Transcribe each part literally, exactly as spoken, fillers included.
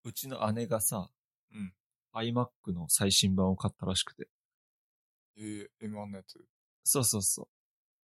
うちの姉がさ、 うん。 iMac の最新版を買ったらしくて。 えー、エムワン のやつ。 そうそうそう。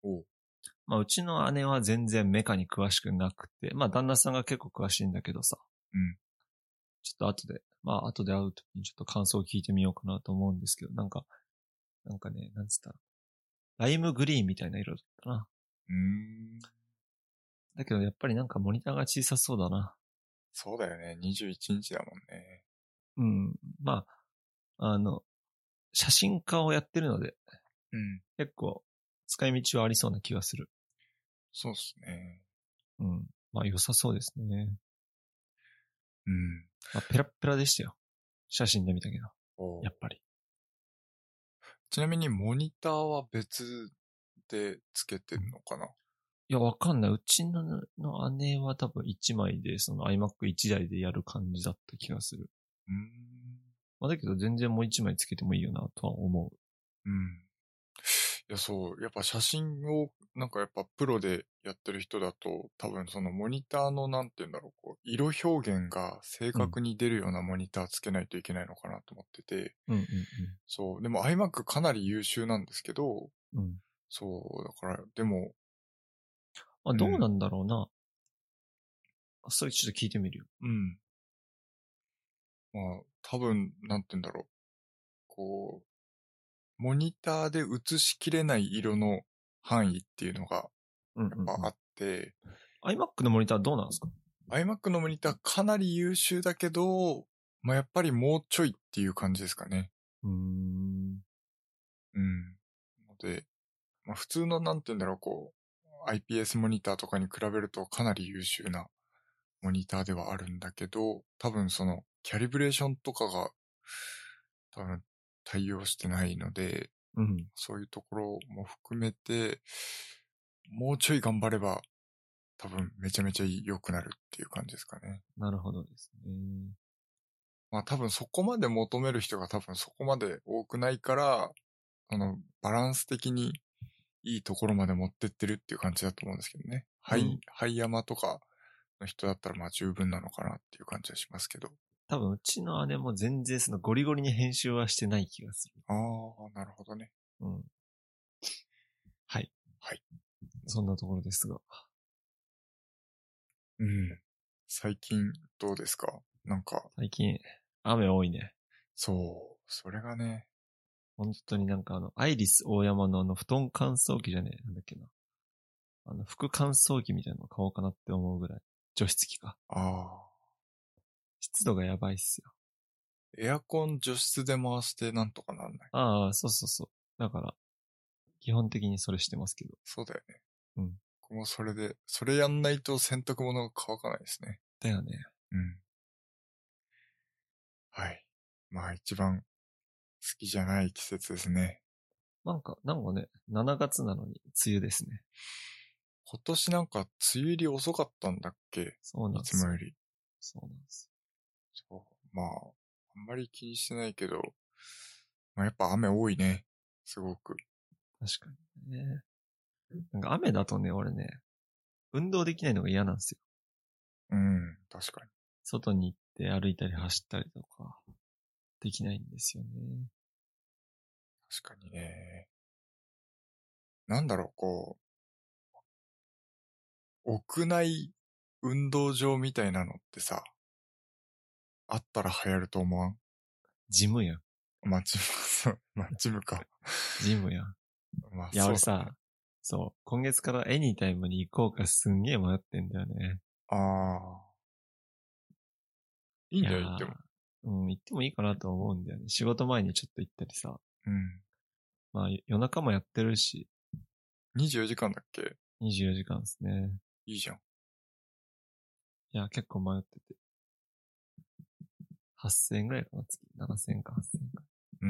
おう。 まあ、うちの姉は全然メカに詳しくなくて、まあ、旦那さんが結構詳しいんだけどさ。 うん。 ちょっと後で、まあ、後で会うときにちょっと感想を聞いてみようかなと思うんですけど、なんか、なんかね、なんつったら、ライムグリーンみたいな色だったな。 うーん。 だけどやっぱりなんかモニターが小さそうだな。 そうだよね。にじゅういちにちだもんね。 うん。まあ、あの、写真家をやってるので、 うん。 結構使い道はありそうな気がする。 そうっすね。 うん。まあ良さそうですね。 うん。 まあペラッペラでしたよ。写真で見たけど。 おう。 やっぱり。 ちなみにモニターは別でつけてんのかな？ いや、わかんない。うちのの姉は多分いちまいで、その iMac いちだいでやる感じだった気がする。 うーん。 まあだけど全然もういちまいつけてもいいよなとは思う。 うん。いや、そう。やっぱ写真を、なんかやっぱプロでやってる人だと、多分そのモニターのなんて言うんだろう、こう、色表現が正確に出るようなモニターつけないといけないのかなと思ってて、 うんうんそう。でも iMac かなり優秀なんですけど、 うん。うん。 そう。だから、でも、 まあどうなんだろうな。それちょっと聞いてみるよ。 うん。まあ、多分、なんて言うんだろう。こう、モニターで映しきれない色の範囲っていうのがうんうんうん。 やっぱあって、 iMac のモニターどうなんですか？ iMac のモニターかなり優秀だけど、まあやっぱりもうちょいっていう感じですかね。 うーん。 うん。ので、まあ普通のなんて言うんだろう、こう、アイピーエス モニターとかに比べるとかなり優秀なモニターではあるんだけど、多分その、キャリブレーションとかが、多分対応してないので、 うん。 そういうところも含めて、もうちょい頑張れば、多分めちゃめちゃ良くなるっていう感じですかね。 なるほどですね。 まあ多分そこまで求める人が多分そこまで多くないから、あの、バランス的にいいところまで持ってってるっていう感じだと思うんですけどね。ハイ、 うん。 ハイヤマとかの人だったらまあ十分なのかなっていう感じはしますけど。 多分うちの姉も全然そのゴリゴリに編集はしてない気がする。 ああ、なるほどね。 うん。はい。 はい。 そんなところですが。 うん。最近どうですか？なんか、 最近、雨多いね。 そう、それがね、 本当になんかあの、アイリス大山のあの、布団乾燥機じゃねえ、なんだっけな。あの、服乾燥機みたいなの買おうかなって思うぐらい。除湿機か。 ああ、 湿度がやばいっすよ。 エアコン除湿で回してなんとかなんない？ ああ、そうそうそう。だから、基本的にそれしてますけど。 そうだよね。 うん。 僕もそれで、それやんないと洗濯物が乾かないですね。 だよね。 うん。はい。まあ一番好きじゃない季節ですね。 なんか、なんかね、しがつなのに梅雨ですね。 今年なんか梅雨入り遅かったんだっけ？ そうなんいですよ。 つもより。 そうなんです。 そう。まあ、あんまり気にしてないけど、まあやっぱ雨多いね。すごく。 確かにね。なんか雨だとね、俺ね、運動できないのが嫌なんですよ。 うん、確かに。 外に行って歩いたり走ったりとか、できないんですよね。 確かにね。なんだろう、こう、屋内運動場みたいなのってさ、あったら流行ると思わん？ ジムやん。 まあ、ジム、そうまあ、ジムか。 ジムやん。 まあ、 いや、 そうだね。 俺さ、そう、今月からエニタイムに行こうかすんげえ迷ってんだよね。 ああ。いいいやんじゃない？行っても。 ー、うん、行ってもいいかなと思うんだよね。仕事前にちょっと行ったりさ。 うん。 まあ、夜中もやってるし、 にじゅうよじかんだっけ？ にじゅうよじかんですね。 いいじゃん。 いや、結構迷ってて。はっせんえんぐらいかな、月。ななせんえんかはっせんえんか。 うん。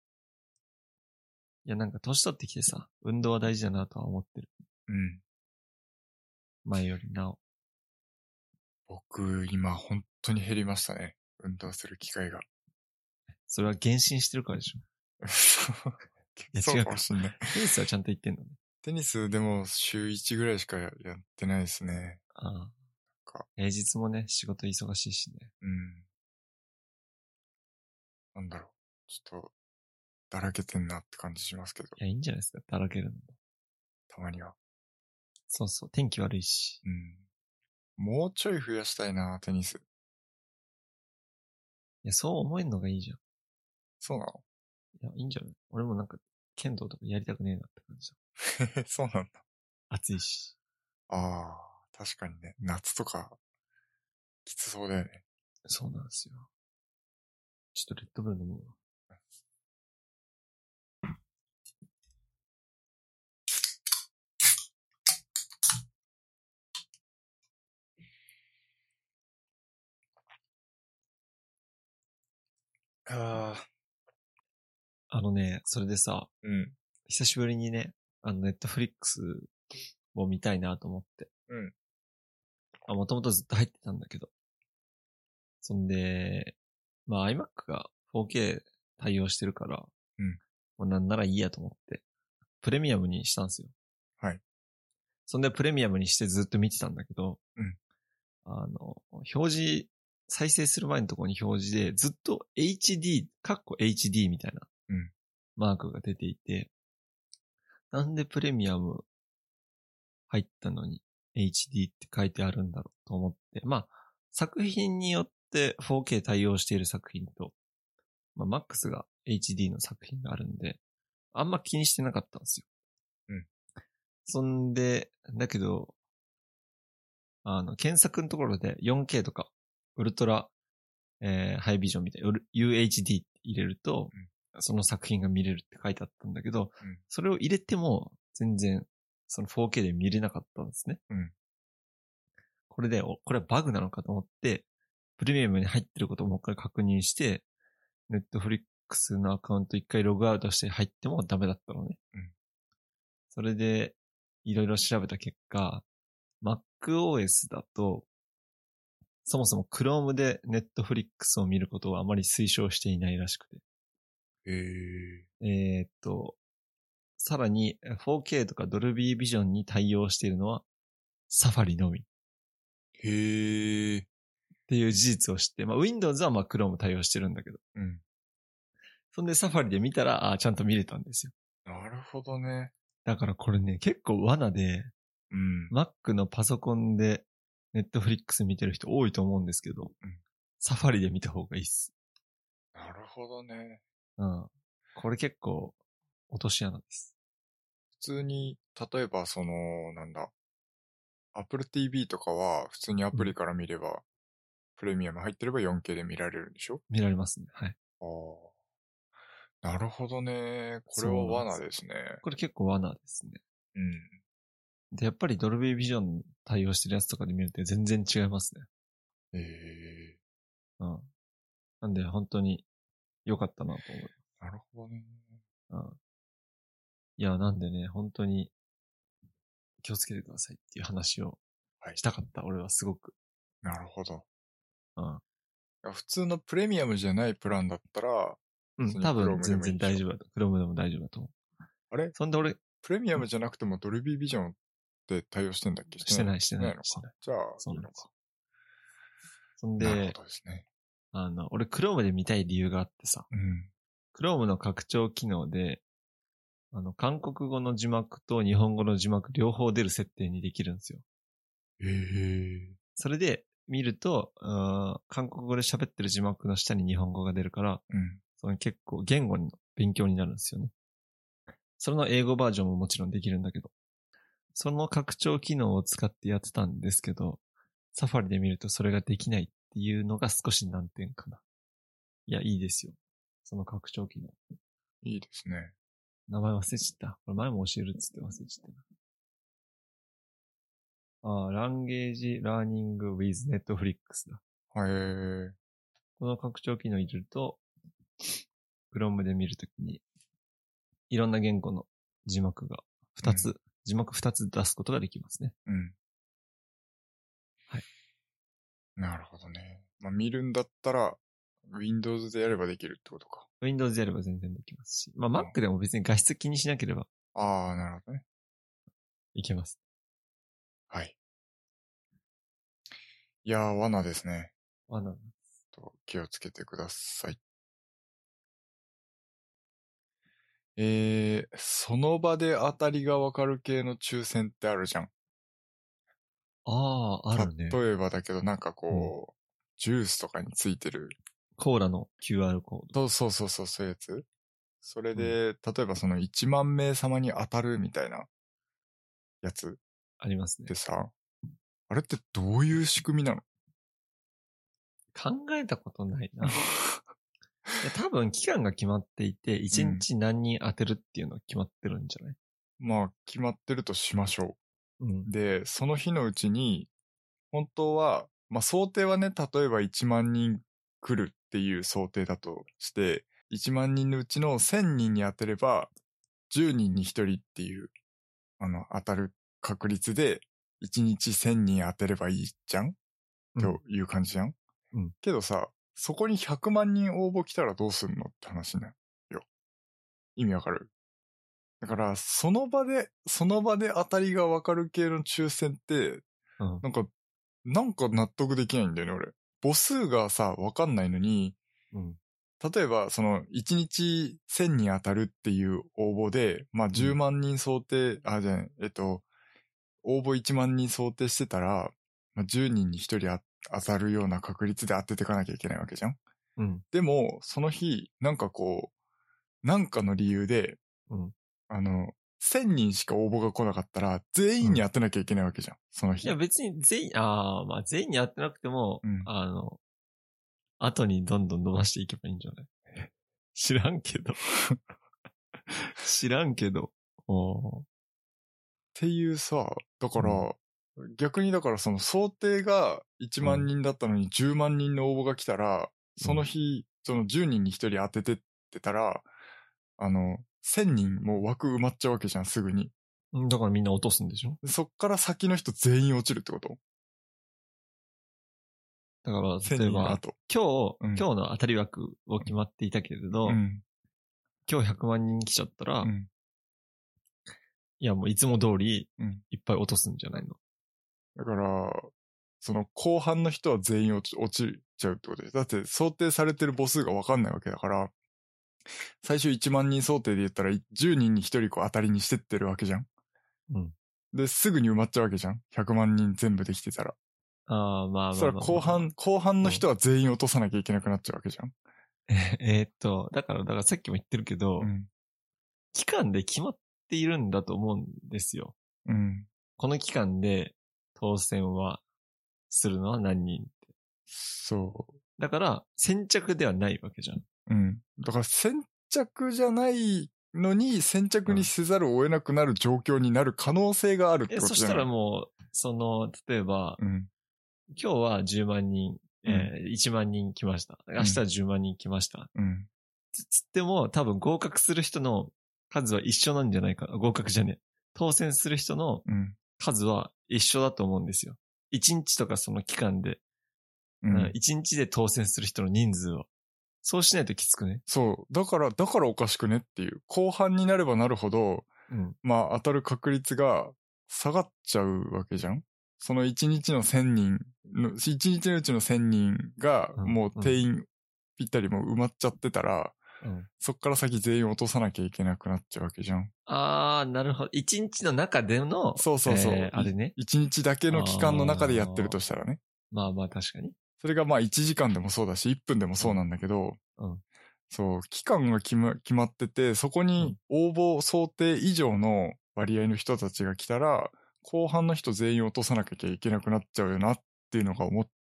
いや、なんか年取ってきてさ、運動は大事だなとは思ってる。 うん。 前よりなお。 僕、今、本当に減りましたね。運動する機会が。 それは減進してるからでしょ。 そういや、 そう違うか。 かもしんない。 テニスはちゃんと行ってんのね。 テニスでも週いちぐらいしかややってないですね。 ああ。 か平日もね、仕事忙しいしね。 うん。 なんだろう。ちょっと、だらけてんなって感じしますけど。 いや、いいんじゃないですか。だらけるのも。 たまには。 そうそう。天気悪いし。 うん。もうちょい増やしたいな、テニス。 いや、そう思えんのがいいじゃん。 そうなの？ いや、いいんじゃない？俺もなんか、剣道とかやりたくねえなって感じだ。 そうなんだ。 暑いし。 ああ、確かにね。夏とか、きつそうだよね。 そうなんですよ。ちょっとレッドブル飲むわ。 ああ。 あのね、それでさ、 うん。 久しぶりにね、あの、ネットフリックスを見たいなと思って。 うん。 あ、もともとずっと入ってたんだけど。そんで、まあ iMac が フォーケー 対応してるから、 うん。 もうなんならいいやと思って、プレミアムにしたんですよ。 はい。 そんでプレミアムにしてずっと見てたんだけど、 うん。 あの、表示、再生する前のところに表示で、ずっと エイチディー、カッコ エイチディー みたいなうん。 マークが出ていて、なんでプレミアム入ったのに エイチディー って書いてあるんだろうと思って、まあ、作品によって フォーケー 対応している作品と、まあ、マックス が エイチディー の作品があるんで、あんま気にしてなかったんですよ。 うん。そそんで、だけど、あの、検索のところで よんケー とか、ウルトラ、えーハイビジョンみたいな、ユーエイチディー って入れると、うん、その作品が見れるって書いてあったんだけど、うん、それを入れても、全然、その フォーケー で見れなかったんですね。うん、これで、これはバグなのかと思って、プレミアムに入ってることをもう一回確認して、ネットフリックスのアカウント一回ログアウトして入ってもダメだったのね。うん、それで、いろいろ調べた結果、MacOS だと、そもそも Chrome で Netflix を見ることはあまり推奨していないらしくて。 へー。えー、っと、さらに フォーケー とか Dolby Vision に対応しているのは Safari のみ。 へー。 っていう事実を知って、まあ Windows はまあ Chrome 対応してるんだけど。うん。そんで Safari で見たら、あちゃんと見れたんですよ。 なるほどね。 だからこれね、結構罠で、うん。Mac のパソコンで Netflix 見てる人多いと思うんですけど、うん。Safari で見た方がいいっす。 なるほどね。 うん。これ結構落とし穴です。 普通に、例えばその、なんだ、Apple ティーブイ とかは普通にアプリから見れば、うん、プレミアム入ってれば よんケー で見られるんでしょ？ 見られますね。はい。 ああ。なるほどね。これは罠ですね。 これ結構罠ですね。 うん。 で、やっぱりドルビービジョン対応してるやつとかで見ると全然違いますね。 ええー。うん。なんで本当に良かったなと思う。 なるほどね。 うん。いや、なんでね、本当に気をつけてくださいっていう話をしたかった、はい、俺はすごく。 なるほど。 うん。 普通のプレミアムじゃないプランだったら、 うん、多分全然大丈夫だと。クロームでも大丈夫だと思う。 あれそんで俺、 プレミアムじゃなくてもドルビービジョンって対応してんだっけ？ してない、してない。 ないのか。じゃあ、いいのか。 そんで、 なるほどですね。 あの、俺、クロームで見たい理由があってさ、うん。クロームの拡張機能で、あの、韓国語の字幕と日本語の字幕両方出る設定にできるんですよ。 へー。 それで見ると、韓国語で喋ってる字幕の下に日本語が出るから、うん、その結構言語の勉強になるんですよね。それの英語バージョンももちろんできるんだけど、その拡張機能を使ってやってたんですけど、サファリで見るとそれができないっていうのが少し難点かな。いや、いいですよ。その拡張機能。 いいですね。 名前忘れちゃった。これ前も教えるっつって忘れちゃった。ああ、ランゲージラーニング with Netflix だ。 へー。 この拡張機能入れると、Chrome で見るときに、いろんな言語の字幕がふたつ、うん、字幕ふたつ出すことができますね。うん。はい。 なるほどね。まあ、見るんだったら、Windows でやればできるってことか。 Windows でやれば全然できますし。まあ、Mac でも別に画質気にしなければ。 ああ、なるほどね。 いけます。 はい。いやー、罠ですね。 罠です。 と気をつけてください。 えー、その場で当たりがわかる系の抽選ってあるじゃん。 ああ、あるね。 例えばだけどなんかうん。 こう、ジュースとかについてる。 コーラの キューアール コード。 そうそうそうそう、そういうやつ。それうん。 で、例えばそのいちまん名様に当たるみたいなやつありますね。 ってさ、あれってどういう仕組みなの？ 考えたことないな。いや、多分期間が決まっていて、いちにち何人当てるっていうのは決まってるんじゃない？ まあ、決まってるとしましょうん。 う。で、その日のうちに、本当は、まあ想定はね、例えばいちまん人来るっていう想定だとして、いちまん人のうちのせんにんに当てれば、じゅうにんにひとりっていう、あの、当たる確率で、いちにちせんにん当てればいいじゃん、 うんという感じじゃん、 うん、 けどさ、そこにひゃくまん人応募来たらどうすんのって話ね。よ。意味わかる？だから、その場で、その場で当たりがわかる系の抽選って、 うん、 なんか、なんか納得できないんだよね、俺。母数がさ、わかんないのに、 うん、 例えば、その、いちにちせんにん当たるっていう応募で、まあ、じゅうまん人想定、あ、じゃあ、えっと、応募いちまん人想定してたら、まあ、じゅうにんにひとりあ当たるような確率で当てていかなきゃいけないわけじゃん。 うん、 でも、その日、なんかこう、なんかの理由で、 うん。 あの、せんにんしか応募が来なかったら、全員に当てなきゃいけないわけじゃん、その日。 いや、別に全員、ああ、まあ全員にやってなくても、 うん。 あの、後にどんどん伸ばしていけばいいんじゃない？知らんけど。知らんけど。おーっていうさ、だから、 うん逆にだからその想定がいちまん人だったのにじゅうまん人の応募が来たら、その日、そのじゅうにんにひとり当ててってたら、あの、せんにんもう枠埋まっちゃうわけじゃん、すぐに。 うん。だからみんな落とすんでしょ？ そっから先の人全員落ちるってこと？ だから、 せん例えば、 人後。 今日、 うん今日の当たり枠を決まっていたけれど、 うん。 今日ひゃくまん人来ちゃったら、 うん。 いやもういつも通り、 うん。 いっぱい落とすんじゃないの？ だから、その後半の人は全員落ち、落ちちゃうってことです。だって想定されてる母数がわかんないわけだから、最初いちまん人想定で言ったらじゅうにんにひとりこう当たりにしてってるわけじゃん。 うん。 で、すぐに埋まっちゃうわけじゃん。ひゃくまん人全部できてたら。 ああ、まあそしたらまあまあまあ、 後半、後半の人は全員落とさなきゃいけなくなっちゃうわけじゃん。 えーっと、だから、だからさっきも言ってるけど、 うん。 期間で決まっているんだと思うんですよ。 うん。 この期間で当選はするのは何人って。 そだから、先着ではないわけじゃん。 う。うん。だから先着じゃないのに先着にせざるを得なくなる状況になる可能性があるってえ、 ことじゃない？ そしたらもう、その、例えば、 うん。 今日はじゅうまん人、えー、いちまん人来ました。明日はじゅうまん人来ました。 うん。 つつっても、多分合格する人の数は一緒なんじゃないかな。合格じゃねえ。当選する人のうん。 数は一緒だと思うんですよ。一日とかその期間で、 うん。 一日で当選する人の人数は。そうしないときつくね。 そう。だから、だからおかしくねっていう。後半になればなるほど、 うん。 まあ当たる確率が下がっちゃうわけじゃん。そのいちにちのせんにんの、いちにちのうちのせんにんがうんもう定員ぴったりもう埋まっちゃってたら、 うん。 そっから先全員落とさなきゃいけなくなっちゃうわけじゃん。 あー、なるほど。一日の中での、 そうそうそう。 えーあれね。 いちにちだけの期間の中でやってるとしたらね。 まあまあ確かに。 それがまあいちじかんでもそうだし、いっぷんでもそうなんだけど、 うん。 そう、期間が決ま決まってて、そこに応募想定以上の割合の人たちが来たら、後半の人全員落とさなきゃいけなくなっちゃうよなっていうのが思って、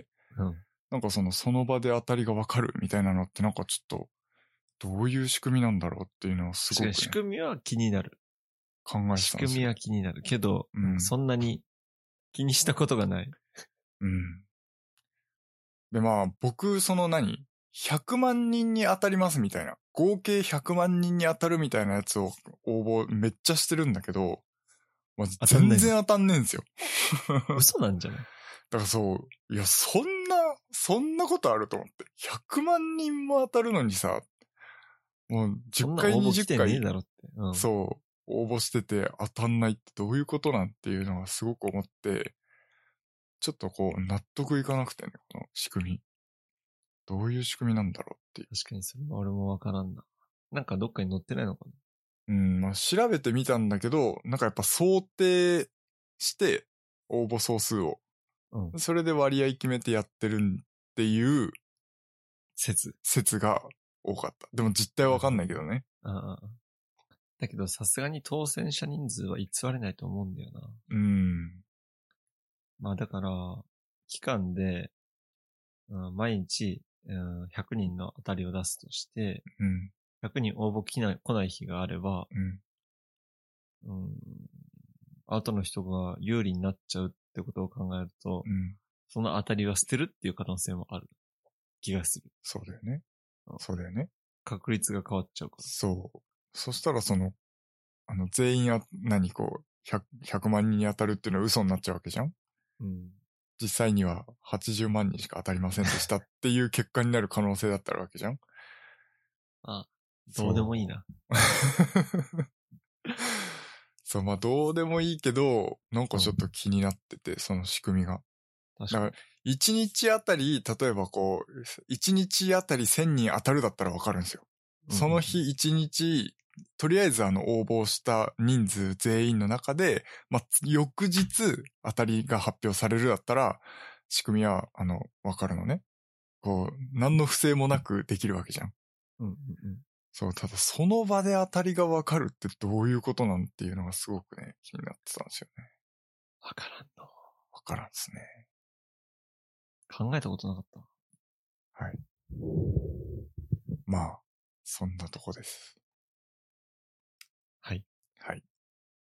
うん。 なんかその、その場で当たりがわかるみたいなのってなんかちょっと、どういう仕組みなんだろうっていうのをすごく、ね、 仕組みは気になる。 考えてたんですよ。 仕組みは気になる。けど、 うんなんかそんなに気にしたことがない。 うん。で、まあ、僕、その何 ?ひゃくまん人に当たりますみたいな。合計ひゃくまん人に当たるみたいなやつを応募めっちゃしてるんだけど、まあ、全然当たんねえんですよ。 嘘なんじゃない？ だからそう、いや、そんな、そんなことあると思って。ひゃくまん人も当たるのにさ、もうじゅっかい、にじゅっかい、 だろって。うん、 そう、応募してて当たんないってどういうことなんていうのがすごく思って、ちょっとこう、納得いかなくてね、この仕組み。どういう仕組みなんだろうっていう。 確かにそれは俺もわからんな。なんかどっかに載ってないのかな？ うん、まあ調べてみたんだけど、なんかやっぱ想定して応募総数を、 うん。 それで割合決めてやってるっていう説。 説が多かった。でも実態はわかんないけどね。 ああ。だけどさすがに当選者人数は偽れないと思うんだよな。 うん。 まあだから、期間で、うん、毎日、うん、ひゃくにんの当たりを出すとして、 うん。 ひゃくにん応募来ない、来ない日があれば、 うん。 うん、後の人が有利になっちゃうってことを考えると、 うん。 その当たりは捨てるっていう可能性もある気がする。 そうだよね。 うん、 そうだよね。 確率が変わっちゃうから。 そう。そしたらその、あの、全員は何こう、ひゃく、ひゃくまん人に当たるっていうのは嘘になっちゃうわけじゃん。 うん。 実際にははちじゅうまん人しか当たりませんでしたっていう結果になる可能性だったわけじゃん。 あ、どうでもいいな。 そう、まあどうでもいいけど、なんかちょっと気になってて、うん、その仕組みが。 確かに。 だから、いちにちあたり、例えばこう、いちにちあたりせんにん当たるだったらわかるんですよ。その日いちにち、とりあえずあの応募した人数全員の中で、まあ、翌日当たりが発表されるだったら、仕組みは、あの、わかるのね。こう、何の不正もなくできるわけじゃん。 うんうんうん。 そう、ただその場で当たりがわかるってどういうことなんていうのがすごくね、気になってたんですよね。 わからんの。 わからんですね。 考えたことなかった。 はい。まあ、そんなとこです。 はい。 はい。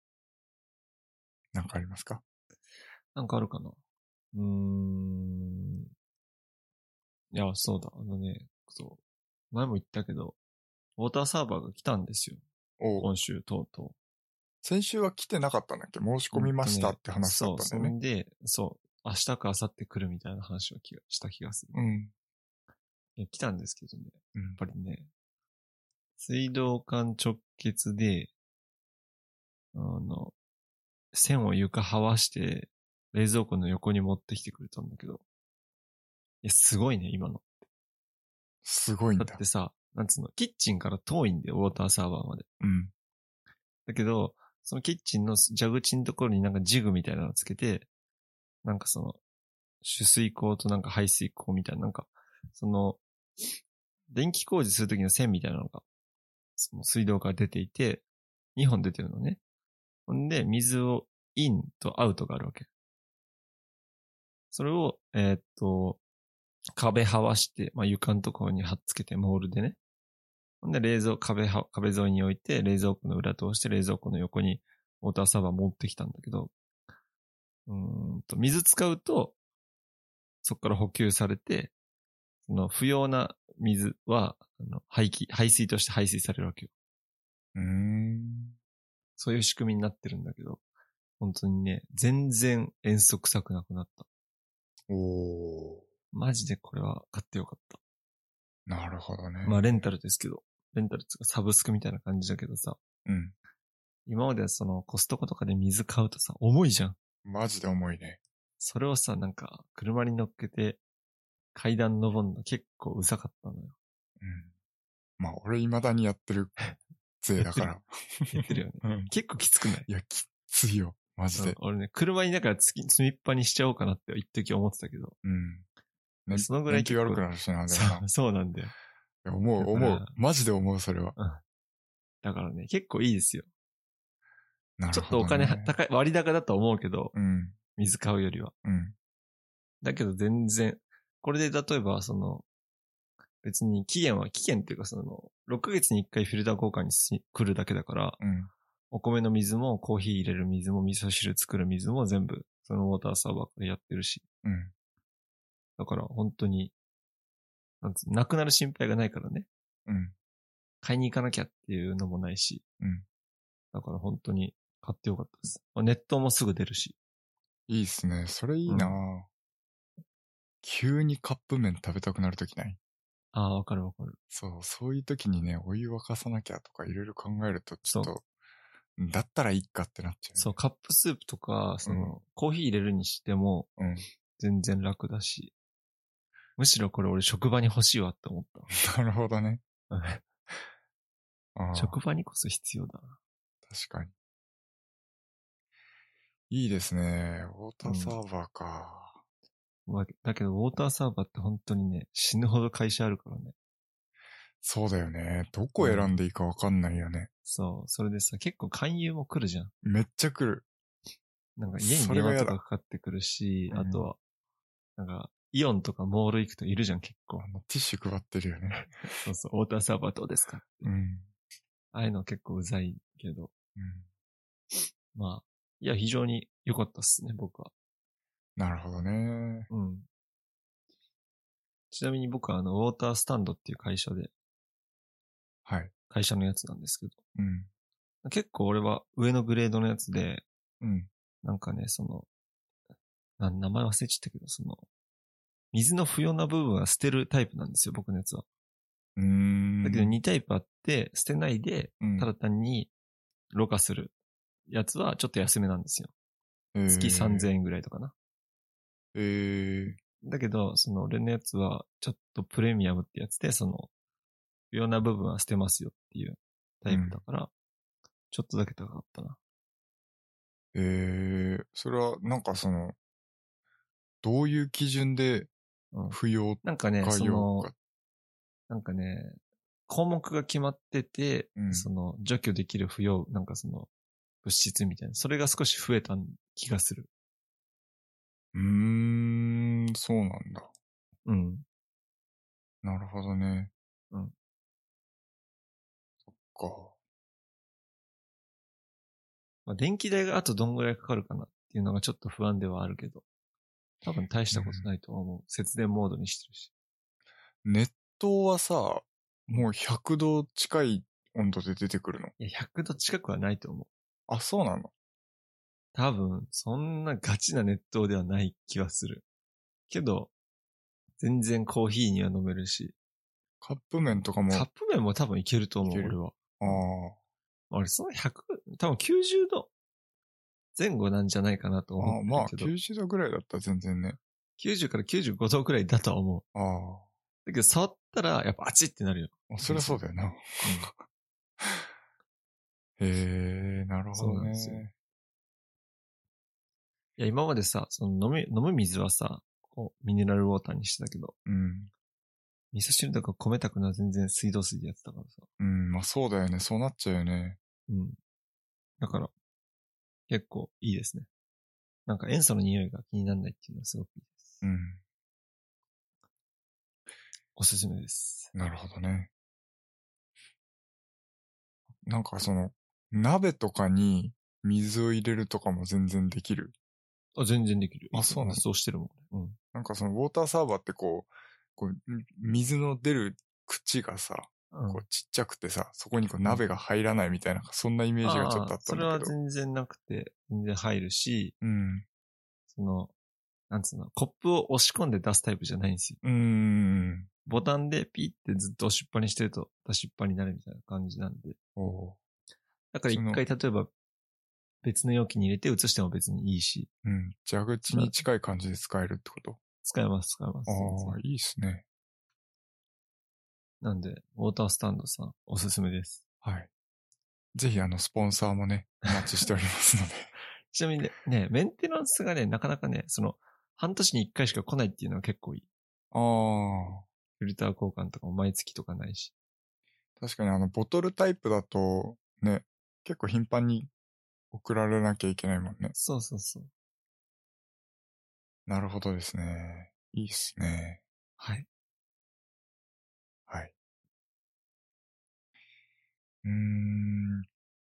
なんかありますか？ なんかあるかな？うーん。いや、そうだ。あのね、そう。前も言ったけど、ウォーターサーバーが来たんですよ。 お今週、とうと先週は来てなかったんだっけ？申しう。 込みましたうんとねって話だったんそう、 だよね。 そんで、そう、明日か明後日来るみたいな話を気がした気がする。 うん。 いや、来たんですけどね。 うん。 やっぱりね、水道管直結で、あの、線を床這わして、冷蔵庫の横に持ってきてくれたんだけど。いや、すごいね、今の。 すごいんだ。 だってさ、なんつうの、キッチンから遠いんだよ、ウォーターサーバーまで。 うん。 だけど、そのキッチンの蛇口のところになんかジグみたいなのつけて、なんかその、取水口となんか排水口みたいな、なんか、その、電気工事するときの線みたいなのが、その水道から出ていて、にほん出てるのね。ほんで、水をインとアウトがあるわけ。それを、えーっと、壁剥わして、まあ、床のところに貼っつけて、モールでね。ほんで、冷蔵、壁は、壁沿いに置いて、冷蔵庫の裏通して冷蔵庫の横にウォーターサーバー持ってきたんだけど、うーんと、水使うと、そこから補給されて、その不要な水は、あの、排気、排水として排水されるわけよ。 うーん。 そういう仕組みになってるんだけど、本当にね、全然塩素臭くなくなった。 おー。 マジでこれは買ってよかった。 なるほどね。 まあレンタルですけど、レンタルっていうかサブスクみたいな感じだけどさ、 うん。 今まではそのコストコとかで水買うとさ、重いじゃん。 マジで重いね。 それをさ、なんか車に乗っけて階段登るの結構うざかったのよ。 うん。まあ俺未だにやってる税だから。 やってるよね。 うん。 結構きつくない？ いや、きついよ。マジで。 うん、俺ね、車にだから積みっぱにしちゃおうかなって一時思ってたけど。 うん。ね、 そのぐらい燃費悪くなるしな、でもな。 そう、そうなんだよ。 いや思う、思う。マジで思う、それは。 うん。だからね、結構いいですよ。 なちょるほどね。 っとお金高い、割高だと思うけど、 うん。 水買うよりは。 うん。 だけど全然、これで例えばその、別に期限は、期限っていうかその、ろっかげつにいっかいフィルター交換にし来るだけだから、 うん。 お米の水もコーヒー入れる水も味噌汁作る水も全部、そのウォーターサーバーからやってるし。 うん。 だから本当に、なんつう、なくなる心配がないからね。 うん。 買いに行かなきゃっていうのもないし。 うん。 だから本当に買ってよかったです。ネットもすぐ出るし。 いいっすね。それいいな、うん、急にカップ麺食べたくなるときない？ ああ、わかるわかる。 そう、そういうときにね、お湯沸かさなきゃとかいろいろ考えると、ちょっと、だったらいいかってなっちゃう、ね。 そう、カップスープとか、その、うん、コーヒー入れるにしても、うん、全然楽だし。むしろこれ俺職場に欲しいわって思った。 なるほどね。 ああ、 職場にこそ必要だな。 確かに。いいですね。ウォーターサーバーか。 まあ、だけど、ウォーターサーバーって本当にね、死ぬほど会社あるからね。 そうだよね。どこ選んでいいかわかんないよね。 そう。それでさ、結構勧誘も来るじゃん。 めっちゃ来る。 なんか家に電話とかかかってくるし、あとは、なんか、イオンとかモール行くといるじゃん、結構。 あの、ティッシュ配ってるよね。 そうそう、ウォーターサーバーどうですかって。 うん。 ああいうの結構うざいけど。 うん。 まあ、いや、非常に良かったっすね、僕は。 なるほどね。 うん。ちなみに僕はあの、ウォータースタンドっていう会社で、 はい。 会社のやつなんですけど。 うん。 結構俺は上のグレードのやつで、 うん。 なんかね、その、な名前忘れちゃったけど、その、水の不要な部分は捨てるタイプなんですよ、僕のやつは。 うーん。 だけどにタイプあって、捨てないでう、んただ単に、ろ過するやつはちょっと安めなんですよ。 えー、 月さんぜんえんぐらいとかな。 えー、 だけど、その俺のやつは、ちょっとプレミアムってやつで、その、不要な部分は捨てますよっていうタイプだから、ちょっとだけ高かったな。 えー、それはなんかその、どういう基準でうん。 不要なんかね、 か要そのか、、 なんかね、項目が決まってて、 うんその、除去できる不要、なんかその、物質みたいな。それが少し増えた気がする。 うーん、そうなんだ。 うん。 なるほどね。 うん。 か。 まあ、電気代があとどんぐらいかかるかなっていうのがちょっと不安ではあるけど、多分大したことないと思う。節電モードにしてるし。 熱湯はさ、もうひゃくど近い温度で出てくるの？ いや、ひゃくど近くはないと思う。 あ、そうなの？ 多分、そんなガチな熱湯ではない気はする。けど、全然コーヒーには飲めるし、 カップ麺とかもカップ麺も多分いけると思う、 いける俺は。 ああ。 俺、そのひゃく、多分きゅうじゅうど前後なんじゃないかなとああ、 思ってまあ、 るけど、 きゅうじゅうどぐらいだったら全然ね。 きゅうじゅうからきゅうじゅうごどくらいだとは思う。 あだけど、触ったら、やっぱあちってなるよ。 あ。そりゃそうだよな。へえ、なるほそうどなんですよ。 ね。 いや、今までさ、その飲み、飲む水はさ、こう、ミネラルウォーターにしてたけど、 うん。 味噌汁とか米炊くのは全然水道水でやってたからさ。 うん、まあそうだよね。そうなっちゃうよね。 うん。だから、結構いいですね。なんか塩素の匂いが気にならないっていうのはすごくいいです。 うん。 おすすめです。 なるほどね。なんかその、鍋とかに水を入れるとかも全然できる。 あ、全然できる。 あそうなの？ そうしてるもん。うん。 なんかそのウォーターサーバーってこう、こう、水の出る口がさ、 うん、 こうちっちゃくてさ、そこにこう鍋が入らないみたいな、そんなイメージがちょっとあったそれはんだけど。 全然なくて、全然入るし、 うん。 その、なんつうの、コップを押し込んで出すタイプじゃないんですよ。 うーん。 ボタンでピッてずっと押しっぱにしてると出しっぱになるみたいな感じなんで。 おだから一回例えば別の容器に入れて移しても別にいいし。 うん。蛇口に近い感じで使えるってこと？ 使えます、使えます。 ああ、いいっすね。 なんで、ウォータースタンドさん、おすすめです。 はい。ぜひあの、スポンサーもね、お待ちしておりますので。 ちなみにね、ね、メンテナンスがね、なかなかね、その、半年に一回しか来ないっていうのは結構いい。 ああ。 フィルター交換とかも毎月とかないし。 確かにあの、ボトルタイプだと、ね、結構頻繁に送られなきゃいけないもんね。 そうそうそう。 なるほどですね。いいっすね。 はい。 はい。うーん。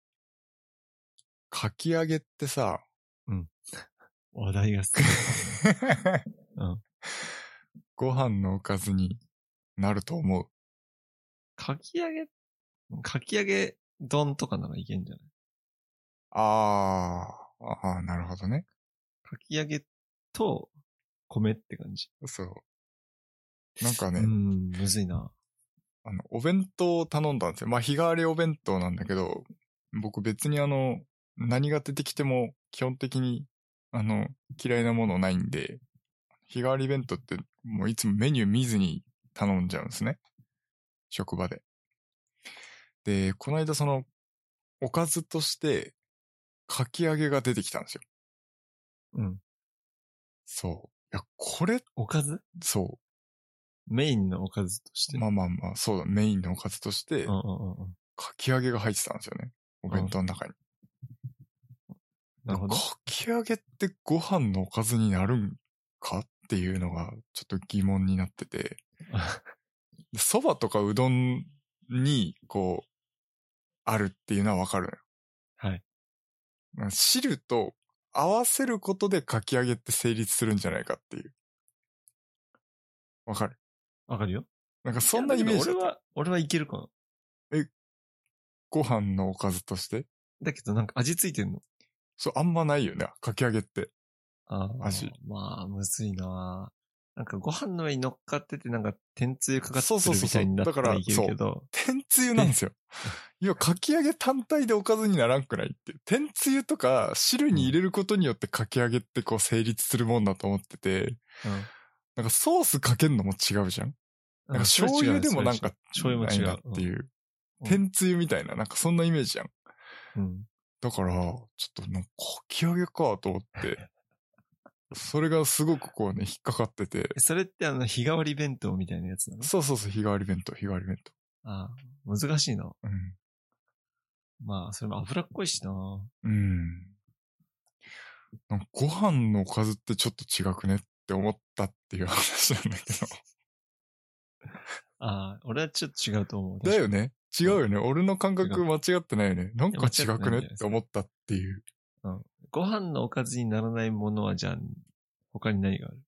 かき揚げってさ、 うん。話題がすごい。うん。 ご飯のおかずになると思う。 かき揚げ、かき揚げ丼とかならいけんじゃない？ あー、あー、なるほどね。 かき揚げと米って感じ。 そう。なんかね、 うん、むずいな。 あの、お弁当を頼んだんですよ。まあ、日替わりお弁当なんだけど、僕別にあの、何が出てきても基本的に、あの、嫌いなものないんで、日替わり弁当ってもういつもメニュー見ずに頼んじゃうんですね。職場で。 で、この間その、おかずとして、かき揚げが出てきたんですよ。 うん。 そう。いや、これ、 おかずそメインのおかずとしう。 て。 まあまあまあ、そうだ、メインのおかずとしてうん、うんうんうん。 かき揚げが入ってたんですよね。お弁当の中に。 なるほど。 かき揚げってご飯のおかずになるんかっていうのがちょっと疑問になってて、蕎麦とかうどんにこう、あるっていうのはわかるはい。 のよ。汁と合わせることでかき揚げって成立するんじゃないかっていう。わかる？ わかるよ。 なんかそんなイメージだった。 俺は、俺はいけるかな。 え、ご飯のおかずとして？ だけどなんか味ついてんの。 そう、あんまないよね。かき揚げって。 ああ、 味。 まあ、むずいな。なんかご飯の上に乗っかっててなんか天つゆかかってそうそうそうそう。 るみたいになっだから、 たらいけるけど。 天つゆなんですよ。いや、かき揚げ単体でおかずにならんくないって。天つゆとか汁に入れることによってかき揚げってこう成立するもんだと思ってて、 うん。 なんかソースかけんのも違うじゃん。なんか醤油でもなんかないなっていう。天つゆみたいな、なんかそんなイメージじゃん。 うん。 だから、ちょっとなんかかき揚げかと思って、それがすごくこうね、引っかかってて。 それってあの、日替わり弁当みたいなやつなの？ そうそうそう、日替わり弁当、日替わり弁当。 ああ、難しいな。 うん。 まあ、それも脂っこいしな。 うん。なんかご飯のおかずってちょっと違くねって思ったっていう話なんだけど。 ああ、俺はちょっと違うと思う。 だよね。違うよね。俺の感覚間違ってないよね。なんか違くねって思ったっていう。 うん。ご飯のおかずにならないものはじゃあ、他に何がある？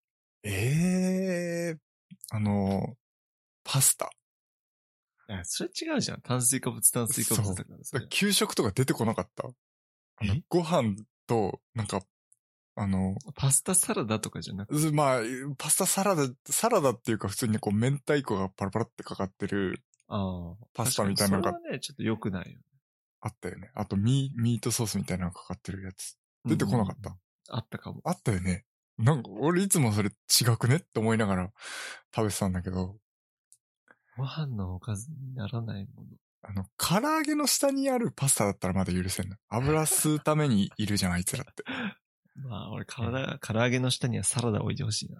ええー、あの、パスタ。 いや、それ違うじゃん。炭水化物、炭水化物だからそう。給食とか出てこなかった。あの、ご飯と、なんか、あの、 パスタサラダとかじゃなくて。 まあ、パスタサラダ、サラダっていうか普通にこう、明太子がパラパラってかかってる、 ああ。 パスタみたいなのが。 それはね、ちょっと良くないよね。 あったよね。あと、ミー、ミートソースみたいなのがかかってるやつ。出てこなかった、うん、 あったかも。 あったよね。なんか、俺いつもそれ違くねって思いながら食べてたんだけど。 ご飯のおかずにならないもの。 あの、唐揚げの下にあるパスタだったらまだ許せんの。油吸うためにいるじゃん、あいつらって。 まあ、俺、体、唐揚げの下にはサラダ置いてほしいな。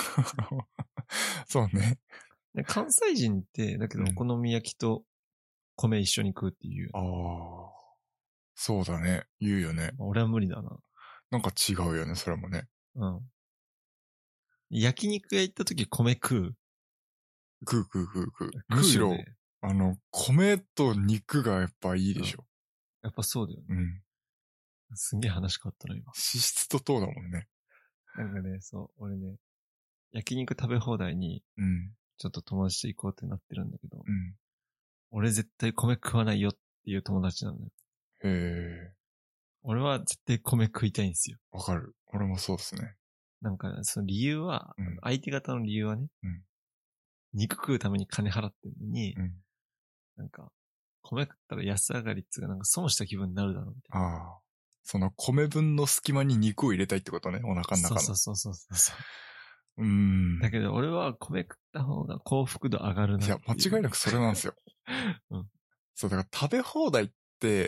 そうね。 で関西人って、だけどお好み焼きと米一緒に食うっていう。 ああ。そうだね。言うよね。 俺は無理だな。 なんか違うよね、それもね。 うん。焼肉屋行った時米食う？ 食う食う食う食う。むしろ、あの、米と肉がやっぱいいでしょ。うん、 やっぱそうだよね。 うん。 すんげえ話変わったな、今。 脂質と糖だもんね。 なんかね、そう、俺ね、焼肉食べ放題に、うん。ちょっと友達と行こうってなってるんだけど、うん。俺絶対米食わないよっていう友達なのよ。へえ。俺は絶対米食いたいんですよ。 わかる。俺もそうですね。 なんか、その理由は、うん、相手方の理由はね、うん、肉食うために金払ってるのに、うん、なんか、米食ったら安上がりっていうか、なんか損した気分になるだろうみたいな。 ああ。その米分の隙間に肉を入れたいってことね、お腹の中の。 そうそうそうそうそう。 うーん。 だけど俺は米食った方が幸福度上がるな。 いや、間違いなくそれなんですよ。うん。そう、だから食べ放題って、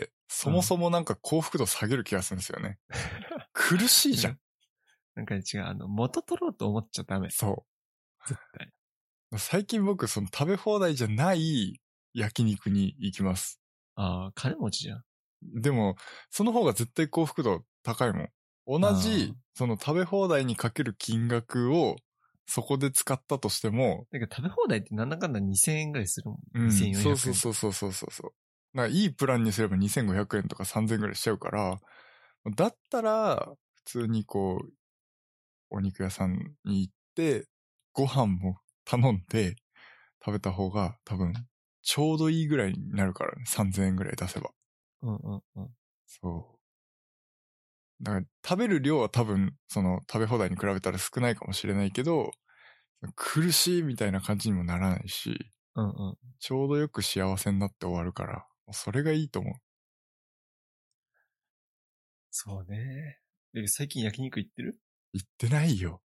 そもそもなんか幸福度下げる気がするんですよね。苦しいじゃん。 なんか違う、あの、元取ろうと思っちゃダメ。 そう。 絶対。 最近僕、その食べ放題じゃない焼肉に行きます。 ああ、金持ちじゃん。 でも、その方が絶対幸福度高いもん。同じ、その食べ放題にかける金額を、そこで使ったとしても。 だから食べ放題ってなんだかんだにせんえんぐらいするもん。 うん、 にせんよんひゃくえん。 そうそうそうそうそう。なんかいいプランにすればにせんごひゃくえんとかさんぜんえんぐらいしちゃうから、だったら、普通にこう、お肉屋さんに行って、ご飯も頼んで食べた方が多分、ちょうどいいぐらいになるからね。さんぜんえんぐらい出せば。 うんうんうん。 そう。だから食べる量は多分、その食べ放題に比べたら少ないかもしれないけど、苦しいみたいな感じにもならないし、 うんうん、 ちょうどよく幸せになって終わるから、それがいいと思う。 そうね。で、最近焼肉行ってる？ 行ってないよ。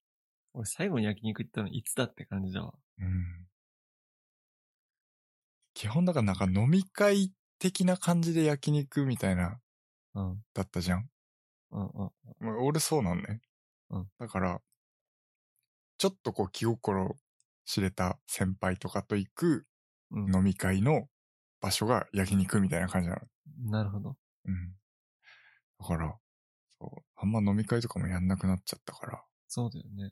俺最後に焼肉行ったのいつだって感じだわ。 うん。 基本だからなんか飲み会的な感じで焼肉みたいな、 うん。 だったじゃん。 うんうん。 もう俺そうなんね。 うん。 だから、ちょっとこう気心知れた先輩とかと行くうん。 飲み会の場所が焼肉みたいな感じなの。 なるほど。 うん。だから、そう、あんま飲み会とかもやんなくなっちゃったから。 そうだよね。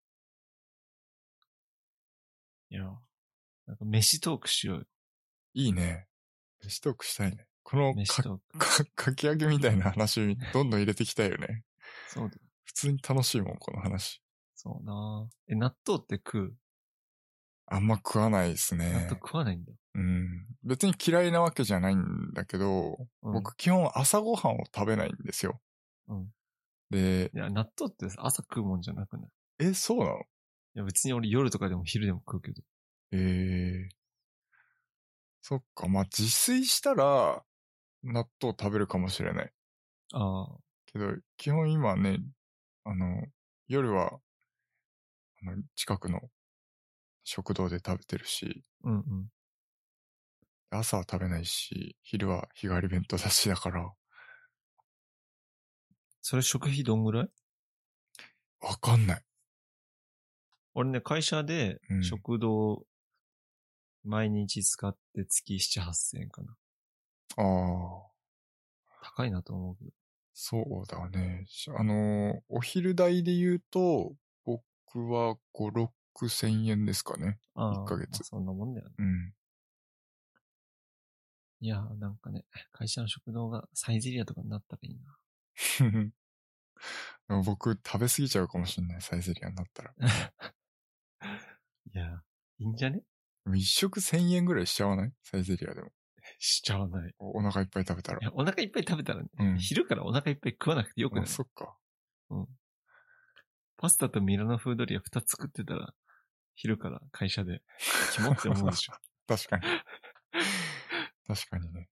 いや、なんか飯トークしようよ。 いいね。飯トークしたいね。このか、 飯トーク。 か、かき揚げみたいな話、どんどん入れていきたいよね。 そうだよ。 普通に楽しいもん、この話。 そうな。え、納豆って食う？ あんま食わないです納豆ね。 食わないんだ。 うん。別に嫌いなわけじゃないんだけど、 うん、 僕基本朝ごはんを食べないんですよ。 うん。 で、 いや、納豆って朝食うもんじゃなくない？ え、そうなの？ いや、別に俺夜とかでも昼でも食うけど。 えー、そっか。まあ、自炊したら、納豆食べるかもしれない。 ああ。 けど、基本今ね、あの、夜は、あの、近くの食堂で食べてるし、 うんうん。 朝は食べないし、昼は日替わり弁当だしだから、 それ食費どんぐらい？ わかんない。 俺ね、会社でうん食堂毎日使って月なな、はっせんえんかな。 ああ、 高いなと思うけど。 そうだね。しあの、お昼代で言うと、僕はご、ろくせんえんですかね。 ああ、 いっかげつ。 まあそんなもんだよね。 うん。 いやーなんかね、会社の食堂がサイゼリアとかになったらいいな。 でも僕食べ過ぎちゃうかもしんない、サイゼリアになったら。 いやー、いいんじゃね？ でも一食せんえんぐらいしちゃわない？サイゼリアでも。 しちゃわない。 お、お腹いっぱい食べたらい。や、お腹いっぱい食べたらね、 うん昼からお腹いっぱい食わなくてよくなあ、 い？ そっか。 うん。パスタとミラノ風ドリアふたつ作ってたら、昼から会社で、キモって思うでしょ。 確かに。確かにね。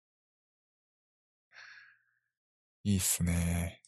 いいっすね。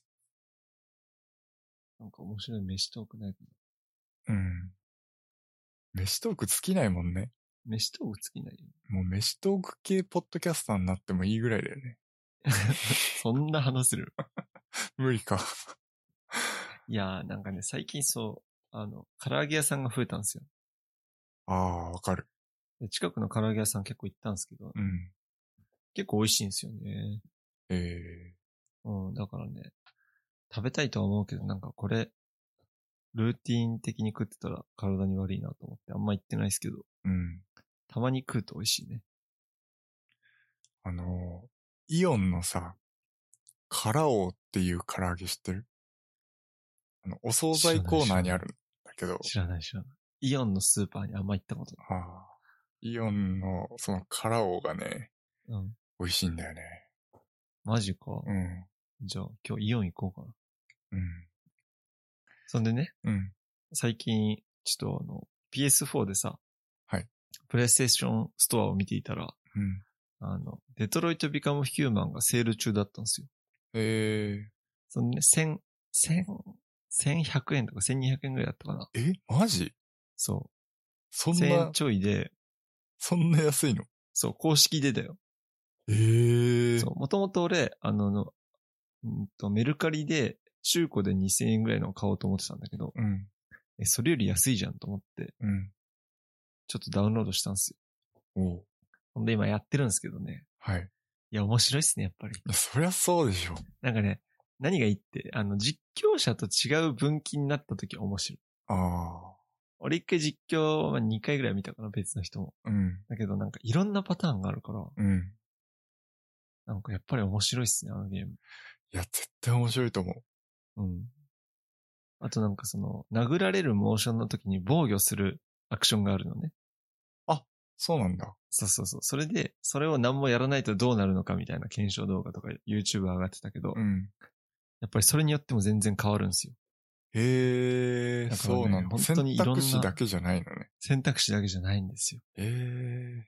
なんか面白い飯トークないかうな。 ん。飯トーク尽きないもんね。 飯トーク尽きないよ。 もう飯トーク系ポッドキャスターになってもいいぐらいだよね。 そんな話せる？ 無理か。 いやーなんかね、最近そう、あの、唐揚げ屋さんが増えたんですよ。 ああ、わかる。 で近くの唐揚げ屋さん結構行ったんですけど、 うん。 結構美味しいんですよね。 えうん、だからね、食べたいとは思うけど、なんかこれ、ルーティーン的に食ってたら体に悪いなと思ってあんま行ってないですけど、 えうん。 たまに食うと美味しいね。 あのー、イオンのさ、カラオっていう唐揚げ知ってる？あの、お惣菜コーナーにあるんだけど。 知らない知らない。イオンのスーパーにあんま行ったことない。 ああ。イオンのそのカラオがね、 うん。 美味しいんだよね。 マジか。 うん。 じゃあ今日イオン行こうかな。 うん。 そんでね、 うん。 最近、ちょっとあの、ピーエスフォー でさ、 はい。 プレイステーションストアを見ていたら、 うん。 あの、デトロイトビカムヒューマンがセール中だったんですよ。 えそのね、千、千、千百円とか千二百円ぐらいだったかな。 ー、え、マジ？ そう。 そん千円な、 ちょいで、 そんな安いの？ そう、公式でだよ。 えー。 そう、もともと俺、あの、のうんと、メルカリで中古でにせんえんぐらいのを買おうと思ってたんだけど、 うん。 え、それより安いじゃんと思って、 うん。 ちょっとダウンロードしたんですよ。 おう。 ほんで今やってるんですけどね。 はい。 いや、面白いっすね、やっぱり。 いや、そりゃそうでしょ。 なんかね、何がいいって、あの、実況者と違う分岐になった時は面白い。 ああ。 俺一回実況はにかいぐらい見たかな、別の人も。 うん。 だけどなんかいろんなパターンがあるから、 うん。 なんかやっぱり面白いっすね、あのゲーム。 いや、絶対面白いと思う。 うん。あとなんかその、殴られるモーションの時に防御するアクションがあるのね。 あ、そうなんだ。 そうそうそう。それで、それを何もやらないとどうなるのかみたいな検証動画とか YouTube 上がってたけど、 うん。 やっぱりそれによっても全然変わるんですよ。 へえ、 だからねそうなんだ。 本当にいろんな選択肢だけじゃないのね。 選択肢だけじゃないんですよ。 へえ。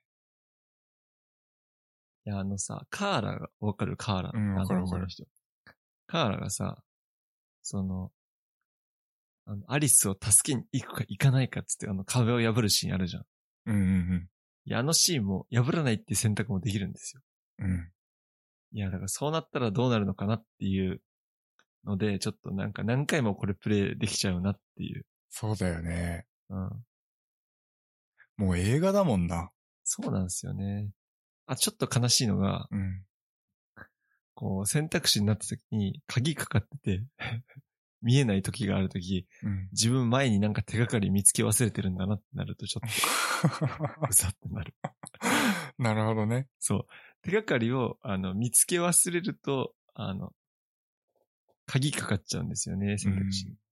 いや、あのさ、カーラが、わかるカーラ。 うんわかるあの女の人。カーラがさ、その、あの、アリスを助けに行くか行かないかっつって、あの、壁を破るシーンあるじゃん。 うんうんいや、あのシーンも破らないっていう選択もできるんですよ。 うん。 いや、だからそうなったらどうなるのかなっていうので、ちょっとなんか何回もこれプレイできちゃうなっていう。 そうだよね。 うん。 もう映画だもんな。 そうなんですよね。あ、ちょっと悲しいのが、 うん。 こう選択肢になった時に鍵かかってて、見えない時がある時、 うん。 自分前になんか手がかり見つけ忘れてるんだなってなるとちょっと、うざってなる。 なるほどね。 そう。手がかりを、あの、見つけ忘れると、あの、鍵かかっちゃうんですよね、選択肢に。 うん、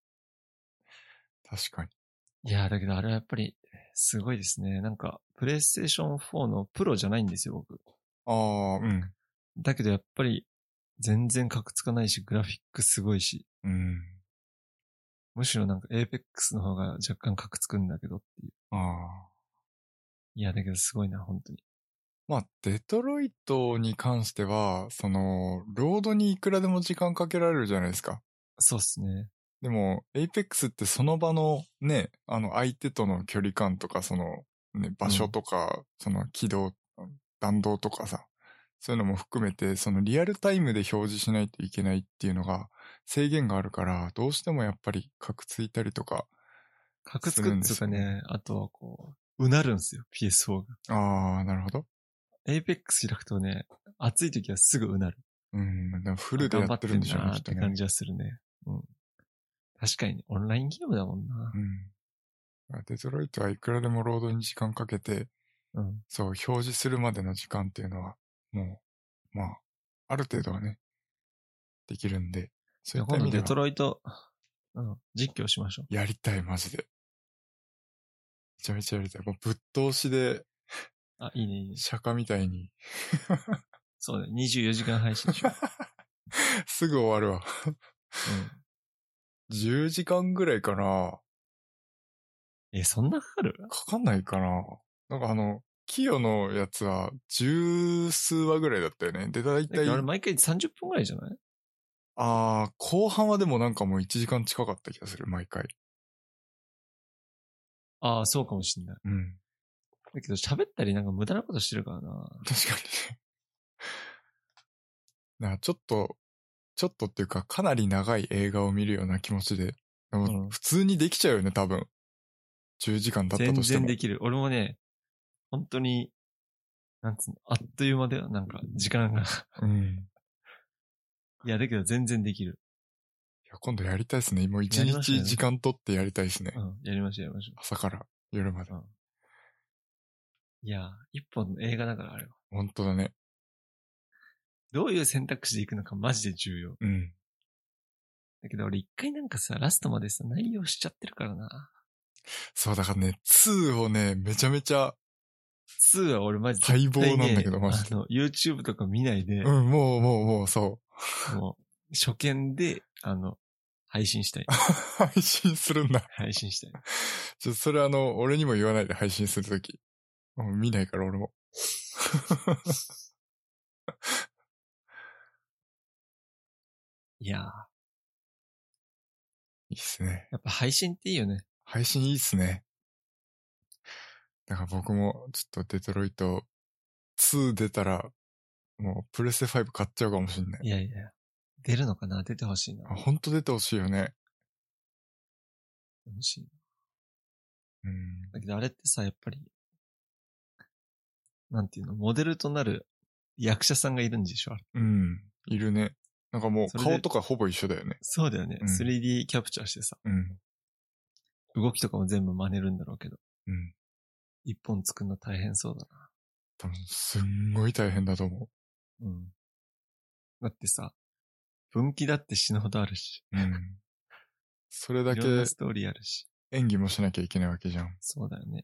確かに。 いやー、だけどあれはやっぱり、すごいですね。なんか、プレイステーションフォーのプロじゃないんですよ、僕。 ああ、うん。 だけどやっぱり、全然カクつかないし、グラフィックすごいし、 うん。 むしろなんか エーペックス の方が若干カクつくんだけどっていう。 ああ。 いや、だけどすごいな、本当に。 まあ、デトロイトに関しては、その、ロードにいくらでも時間かけられるじゃないですか。 そうっすね。 でも、エイペックスってその場のね、あの相手との距離感とか、その、ね、場所とか、うん、その軌道、弾道とかさ、そういうのも含めて、そのリアルタイムで表示しないといけないっていうのが制限があるから、どうしてもやっぱりカクついたりとかカクつくっつうかね、あとはこう、うなるんすよ、ピーエスフォー が。 ああ、なるほど。 エイペックス開くとね、暑い時はすぐうなる。 うん、でもフルでやってるんでしょうね、 頑張ってんなーって感じはするね。うん。確かにね、オンラインゲームだもんな。 うん。デトロイトはいくらでもロードに時間かけて、うん、そう、表示するまでの時間っていうのは、もう、まあ、ある程度はね、できるんで、 そういった意味では。今度デトロイト、うん、実況しましょう。やりたい、マジで。めちゃめちゃやりたい。もうぶっ通しで、 あ、いいね、いいね。 釈迦みたいに。 そうね、にじゅうよじかん配信しよう。 すぐ終わるわ。うん。じゅうじかんぐらいかな。 え、そんなかかる？ かかんないかな。なんかあの、キヨのやつは十数話ぐらいだったよね。で、だいたい。 あれ毎回さんじゅっぷんぐらいじゃない？ あー、後半はでもなんかもういちじかん近かった気がする、毎回。 ああ、そうかもしんない。 うん。 だけど喋ったりなんか無駄なことしてるからな。 確かにね。なんかちょっと、ちょっとっていうかかなり長い映画を見るような気持ちで。でも普通にできちゃうよね、多分。じゅうじかん経ったとしても。 全然できる。俺もね、本当に、なんつうの、あっという間だよ、なんか、時間が。うん。いや、だけど全然できる。 いや、今度やりたいですね。もう一日時間取ってやりたいですね。 うん、やりましょう、やりましょう。 朝から夜まで。うん、 いや、一本の映画だからあれは。 本当だね。 どういう選択肢で行くのかマジで重要。うん。だけど俺一回なんかさ、ラストまでさ、内容しちゃってるからな。 そう、だからね、にをね、めちゃめちゃ、 には俺マジで、待望なんだけど、マジで。あの、YouTube とか見ないで。 うん、もう、もう、もう、そう。 もう、初見で、あの、配信したい。 配信するんだ。 配信したい。 ちょ、それあの、俺にも言わないで配信するとき。もう見ないから俺も。 いやー。 いいっすね。 やっぱ配信っていいよね。 配信いいっすね。だから僕もちょっとデトロイトに出たら、もうプレステファイブ買っちゃうかもしんない。 いやいや。出るのかな？出てほしいな。 あ、ほんと出てほしいよね。 欲しい。 うん。 だけどあれってさ、やっぱり、なんていうの、モデルとなる役者さんがいるんでしょ？ うん。いるね。なんかもう顔とかほぼ一緒だよね。 そうだよね、うん。スリーディー キャプチャーしてさ。うん。動きとかも全部真似るんだろうけど。うん。一本作るの大変そうだな。 多分、すんごい大変だと思う。うん。だってさ、分岐だって死ぬほどあるし。うん。 それだけ、 いろんなストーリーあるし。 演技もしなきゃいけないわけじゃん。 そうだよね。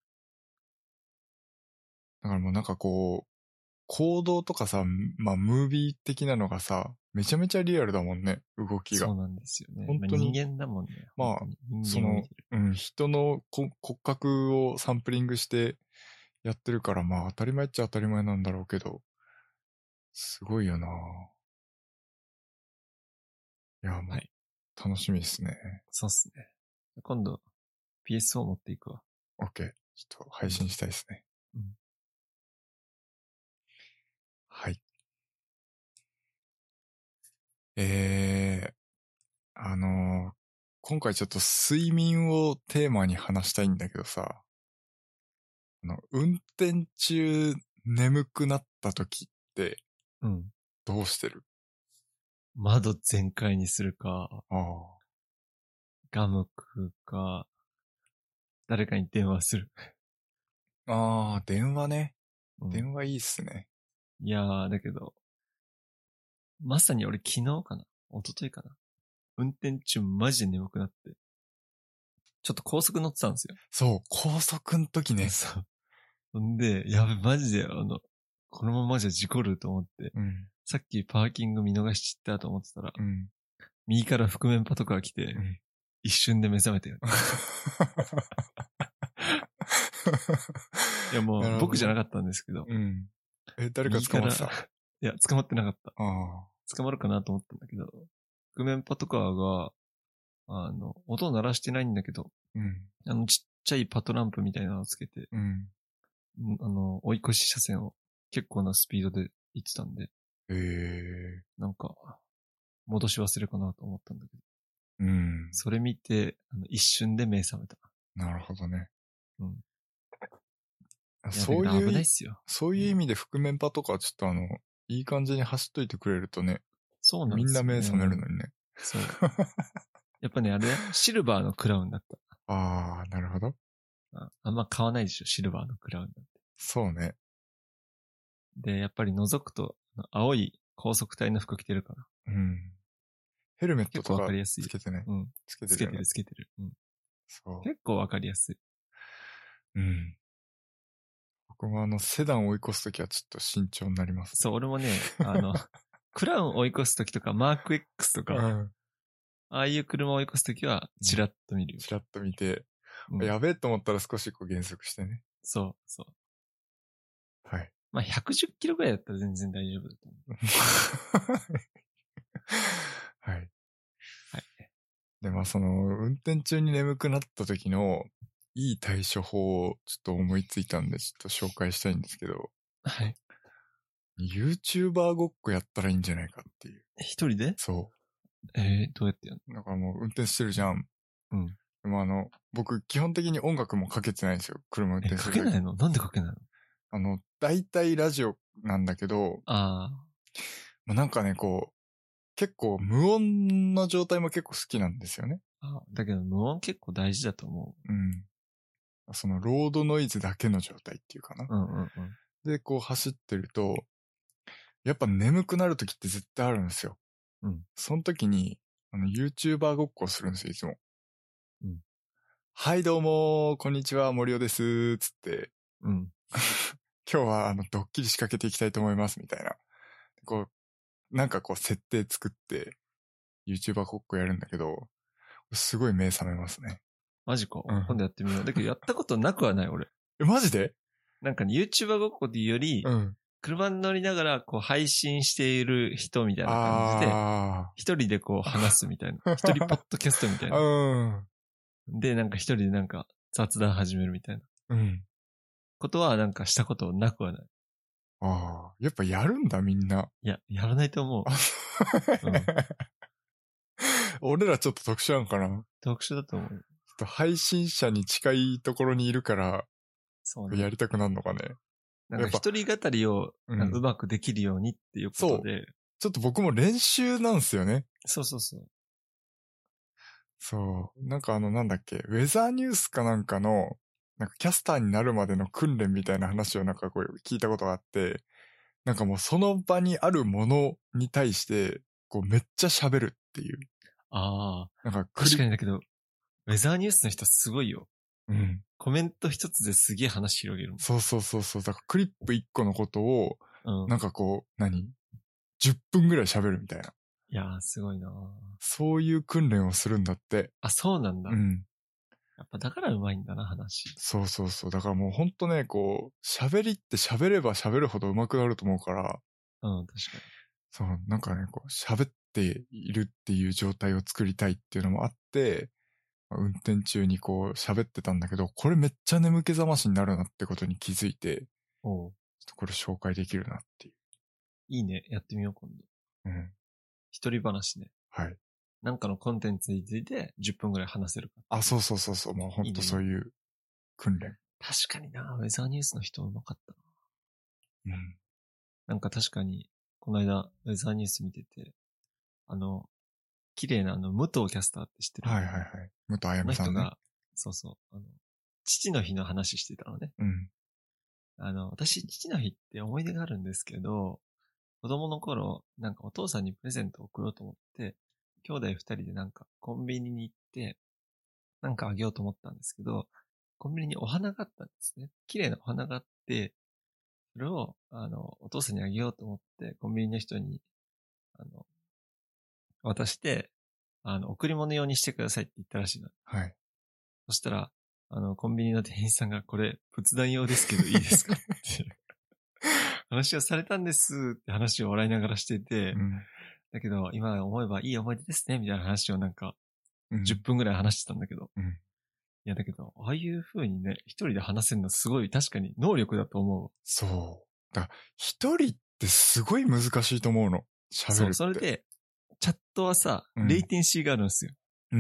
だからもうなんかこう、行動とかさ、まあ、ムービー的なのがさ、めちゃめちゃリアルだもんね、動きが。 そうなんですよね。 本当に。 まあ、人間だもんね。 まあ、その、うん、人の骨格をサンプリングしてやってるから、まあ当たり前っちゃ当たり前なんだろうけど、すごいよな。いや、もう、はい、楽しみですね。 そうっすね。今度、ピーエスフォー 持っていくわ。 OK。ちょっと配信したいですね。 えー、あのー、今回ちょっと睡眠をテーマに話したいんだけどさ、あの、運転中眠くなった時ってうん。 どうしてる？ 窓全開にするか、 ああ。 ガム食うか、誰かに電話する。 ああ、電話ね。 うん、 電話いいっすね。 いやー、だけど、まさに俺昨日かな一昨日かな運転中マジで眠くなって。ちょっと高速乗ってたんですよ。 そう、高速ん時ね。 そう。ほんで、やべ、マジで、あの、このままじゃ事故ると思って、 うん。 さっきパーキング見逃しちったと思ってたら、 うん。 右から覆面パトカー来て、 うん、 一瞬で目覚めたよ。いやもう、僕じゃなかったんですけど、 うん。え、誰か右から、 捕まってた？ いや、捕まってなかった。 ああ。 捕まるかなと思ったんだけど、覆面パトカーが、あの、音を鳴らしてないんだけど、 うん。 あの、ちっちゃいパトランプみたいなのをつけて、 うん。 あの、追い越し車線を結構なスピードで行ってたんで、 へえ。 なんか、戻し忘れかなと思ったんだけど、 うん。 それ見て、あの一瞬で目覚めた。 なるほどね。 うん。いや、だそうけど危いう、 ないっすよ。 そういう意味で覆面パとかちょっとあの、いい感じに走っといてくれるとね、 そうなんみんなですよね。 目覚めるのにね。 そう。やっぱね、あれね、シルバーのクラウンだっああ、なるほど。 た。ああんま買わないでしょ、シルバーのクラウンなんて。 そうね。 で、やっぱり覗くと、青い高速隊の服着てるから。 うん。ヘルメット結構わかとかりやすいよ。 つけてね。 うん。 つけてるよね。 つけてるつけてる。うん。 そ結構わかりやすい。 う。うん。僕もあの、セダンを追い越すときはちょっと慎重になります。 そう、俺もね、あの、クラウン追い越すときとか、マーク X とか、 うん。 ああいう車を追い越すときは、チラッと見るよ。 チラッと見て、 うん、 やべえと思ったら少しこう減速してね。 そう、そう。 はい。 まあ、ひゃくじゅっキロぐらいだったら全然大丈夫だと思う。 はい。 はい。 で、まあその、運転中に眠くなった時のいい対処法をちょっと思いついたんで、ちょっと紹介したいんですけど、 はい。 YouTuber ごっこやったらいいんじゃないかっていう。 一人でそえー、どうやってやるう。だからもう運転してるじゃん。 の？うん。 でもあの、僕基本的に音楽もかけてないんですよ。車運え、 転する時。 かけないの？なんでかけないの？ あの、大体ラジオなんだけど、 あもうなんかね、こう、結構無音の状態も結構好きなんですよね。 あ。あだけど無音結構大事だと思うん。そのロードノイズだけの状態っていうかな。 う。うんうんうん。 で、こう走ってると、やっぱ眠くなる時って絶対あるんですよ。 うん。 その時に、あの、YouTuber ごっこをするんですよ、いつも。 うん。 はい、どうもこんにちは、森尾です、つって、 うん。 今日はあの、ドッキリ仕掛けていきたいと思います、みたいな。こう、なんかこう、設定作って、YouTuber ごっこやるんだけど、すごい目覚めますね。 マジか。 うん今度やってみよう。だけどやったことなくはない俺。 え、マジで？ なんかね、YouTuber ごっこっていうより、 うん。 車に乗りながらこう配信している人みたいな感じで、 あ一人でこう話すみたいな。 ー。 一人ポッドキャストみたいな。 うん。 で、なんか一人でなんか雑談始めるみたいなうん。 ことはなんかしたことなくはない。 ああ。やっぱやるんだ、みんな。 いや、やらないと思う。うん、 俺らちょっと特殊なんかな。ちょっ特殊だと思う。 と配信者に近いところにいるから、 そうね。 やりたくなるのかね。 なんか一人語りをなんかうまくできるようにっていうことで。 ちょっと僕も練習なんですよね。 そうそうそう。 そう。なんかあのなんだっけ、ウェザーニュースかなんかの、なんかキャスターになるまでの訓練みたいな話をなんかこう聞いたことがあって、なんかもうその場にあるものに対して、こうめっちゃ喋るっていう。 ああ。 なんか確かにだけど、ウェザーニュースの人すごいよ。 うん。 コメント一つですげえ話広げるもん。 そうそうそうそう。だからクリップ一個のことを、 うん。 なんかこう、何 ?じゅっ 分ぐらい喋るみたいな。 いやー、すごいなー。 そういう訓練をするんだって。 あ、そうなんだ。 うん。 やっぱだからうまいんだな、話。 そうそうそう。だからもうほんとね、こう、喋りって喋れば喋るほど上手くなると思うから、 うん、確かに。 そう、なんかね、こう、喋っているっていう状態を作りたいっていうのもあって、運転中にこう喋ってたんだけど、これめっちゃ眠気覚ましになるなってことに気づいて、 おう。 ちょっとこれ紹介できるなっていいいね。やってみよう、今度。 う。うん。 一人話ね。 はい。 なんかのコンテンツについてじゅっぷんぐらい話せるか。 あ、そうそうそうそう。もうほんとそういう訓練。 確かにな、ウェザーニュースの人うまかったな。 うん。 なんか確かに、この間、ウェザーニュース見てて、あの、綺麗なあの、武藤キャスターって知ってる？ はいはいはい。武藤あやこのめさんね。 人が、そうそう、あの、父の日の話してたのね。 うん。 あの、私、父の日って思い出があるんですけど、子供の頃、なんかお父さんにプレゼントを送ろうと思って、兄弟二人でなんかコンビニに行って、なんかあげようと思ったんですけど、コンビニにお花があったんですね。綺麗なお花があって、それを、あの、お父さんにあげようと思って、コンビニの人に、あの、渡して、あの、贈り物用にしてくださいって言ったらしいの。 はい。 そしたら、あの、コンビニの店員さんが、これ、仏壇用ですけどいいですかっていう話をされたんですって話を笑いながらしてて、 うん。 だけど、今思えばいい思い出ですね、みたいな話をなんか、 うん。 じゅっぷんぐらい話してたんだけど。 うん。 いや、だけど、ああいう風にね、一人で話せるのすごい、確かに能力だと思う。 そう。だから、一人ってすごい難しいと思うの。喋るって。 そう、それで、チャットはさ、 うんレイテンシーがあるんですよ。 うん。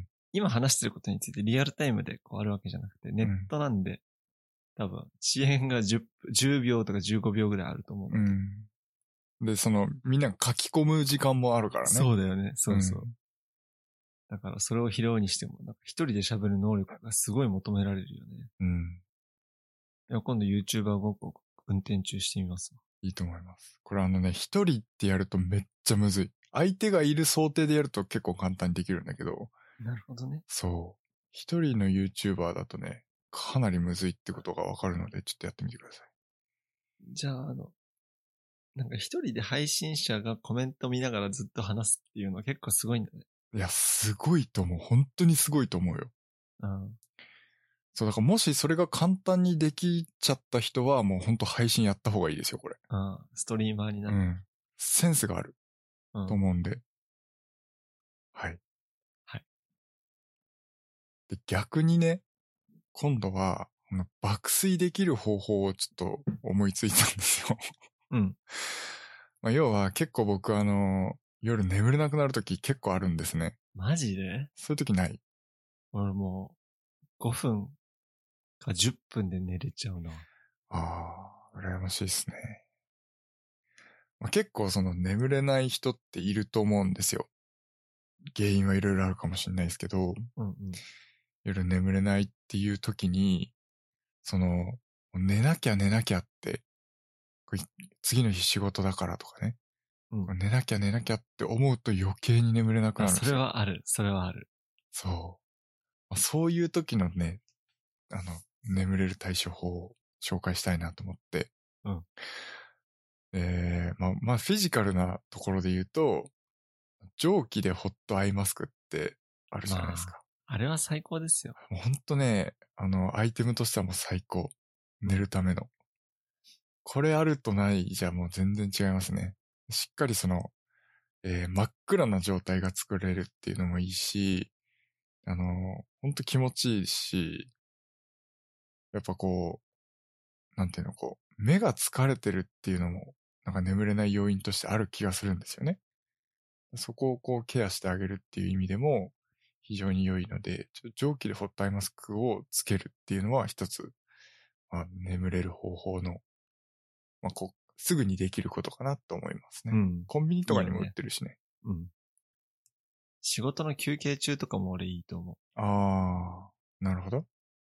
今話してることについてリアルタイムでこうあるわけじゃなくて、ネットなんで、多分、遅延が 10, じゅうびょうとかじゅうごびょうぐらいあると思ううので。 ん。で、その、みんなが書き込む時間もあるからね。 そうだよね。そうそう。 うん、 だから、それを拾うにしても、なんか一人で喋る能力がすごい求められるよね。 うん。 いや、今度 YouTuber ごっこ運転中してみますわ。 いいと思います。これあのね、一人ってやるとめっちゃむずい。相手がいる想定でやると結構簡単にできるんだけど。 なるほどね。 そう。一人の YouTuber だとね、かなりむずいってことがわかるので、ちょっとやってみてください。 じゃあ、あの、なんか一人で配信者がコメント見ながらずっと話すっていうのは結構すごいんだね。 いや、すごいと思う。本当にすごいと思うよ。 うん。 そう、だからもしそれが簡単にできちゃった人はもう本当配信やった方がいいですよ、これ。 うん。ストリーマーになる。 うん。センスがあるうん。 と思うんで。はい。 はい。 で、逆にね、今度は、あの爆睡できる方法をちょっと思いついたんですよ。 うん。 まあ要は結構僕あの、夜眠れなくなるとき結構あるんですね。 マジで？ そういうときない？ 俺もう、ごふんかじゅっぷんで寝れちゃうな。 ああ、羨ましいですね。まあ、結構その眠れない人っていると思うんですよ。原因はいろいろあるかもしれないですけど、 うんうん。 夜眠れないっていうときに、その、寝なきゃ寝なきゃって、これ次の日仕事だからとかね、 うん。 寝なきゃ寝なきゃって思うと余計に眠れなくなあ、それるんですよ。 はある。それはある。 そう。まあ、そういう時のね、あの、眠れる対処法を紹介したいなと思って。 うん。 えー、まあ、まあ、フィジカルなところで言うと、蒸気でホットアイマスクってあるじゃないですか。 まあ、あれは最高ですよ。 もうほんとね、あの、アイテムとしてはもう最高。寝るための。うん、これあるとないじゃもう全然違いますね。しっかりその、えー、真っ暗な状態が作れるっていうのもいいし、あの、ほんと気持ちいいし、やっぱこう、なんていうの、こう、目が疲れてるっていうのも、なんか眠れない要因としてある気がするんですよね。そこをこうケアしてあげるっていう意味でも非常に良いので、ちょ蒸気でホットアイマスクをつけるっていうのは一つ、まあ、眠れる方法の、まあ、こう、すぐにできることかなと思いますね。 うん。 コンビニとかにも売ってるしね。 いいよね。うん。仕事の休憩中とかも俺いいと思う。 あー、なるほど。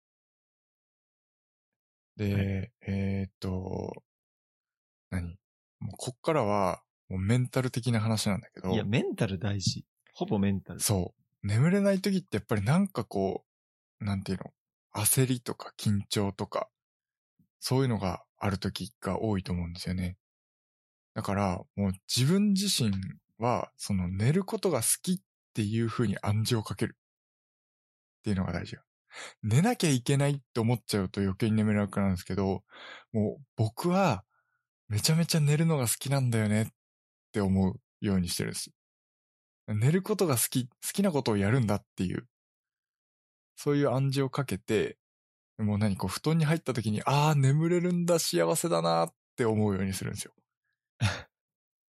で、 はい、 えー、っと、何もうこっからは、もうメンタル的な話なんだけど。 いや、メンタル大事。ほぼメンタル。 そう。眠れない時ってやっぱりなんかこう、なんていうの、焦りとか緊張とか、そういうのがある時が多いと思うんですよね。だから、もう自分自身は、その寝ることが好きっていう風に暗示をかけるっていうのが大事よ。寝なきゃいけないって思っちゃうと余計に眠れなくなるんですけど、もう僕はめちゃめちゃ寝るのが好きなんだよねって思うようにしてるんです。寝ることが好き、好きなことをやるんだっていう、そういう暗示をかけて、もう何こう布団に入った時に、ああ、眠れるんだ、幸せだなって思うようにするんですよ。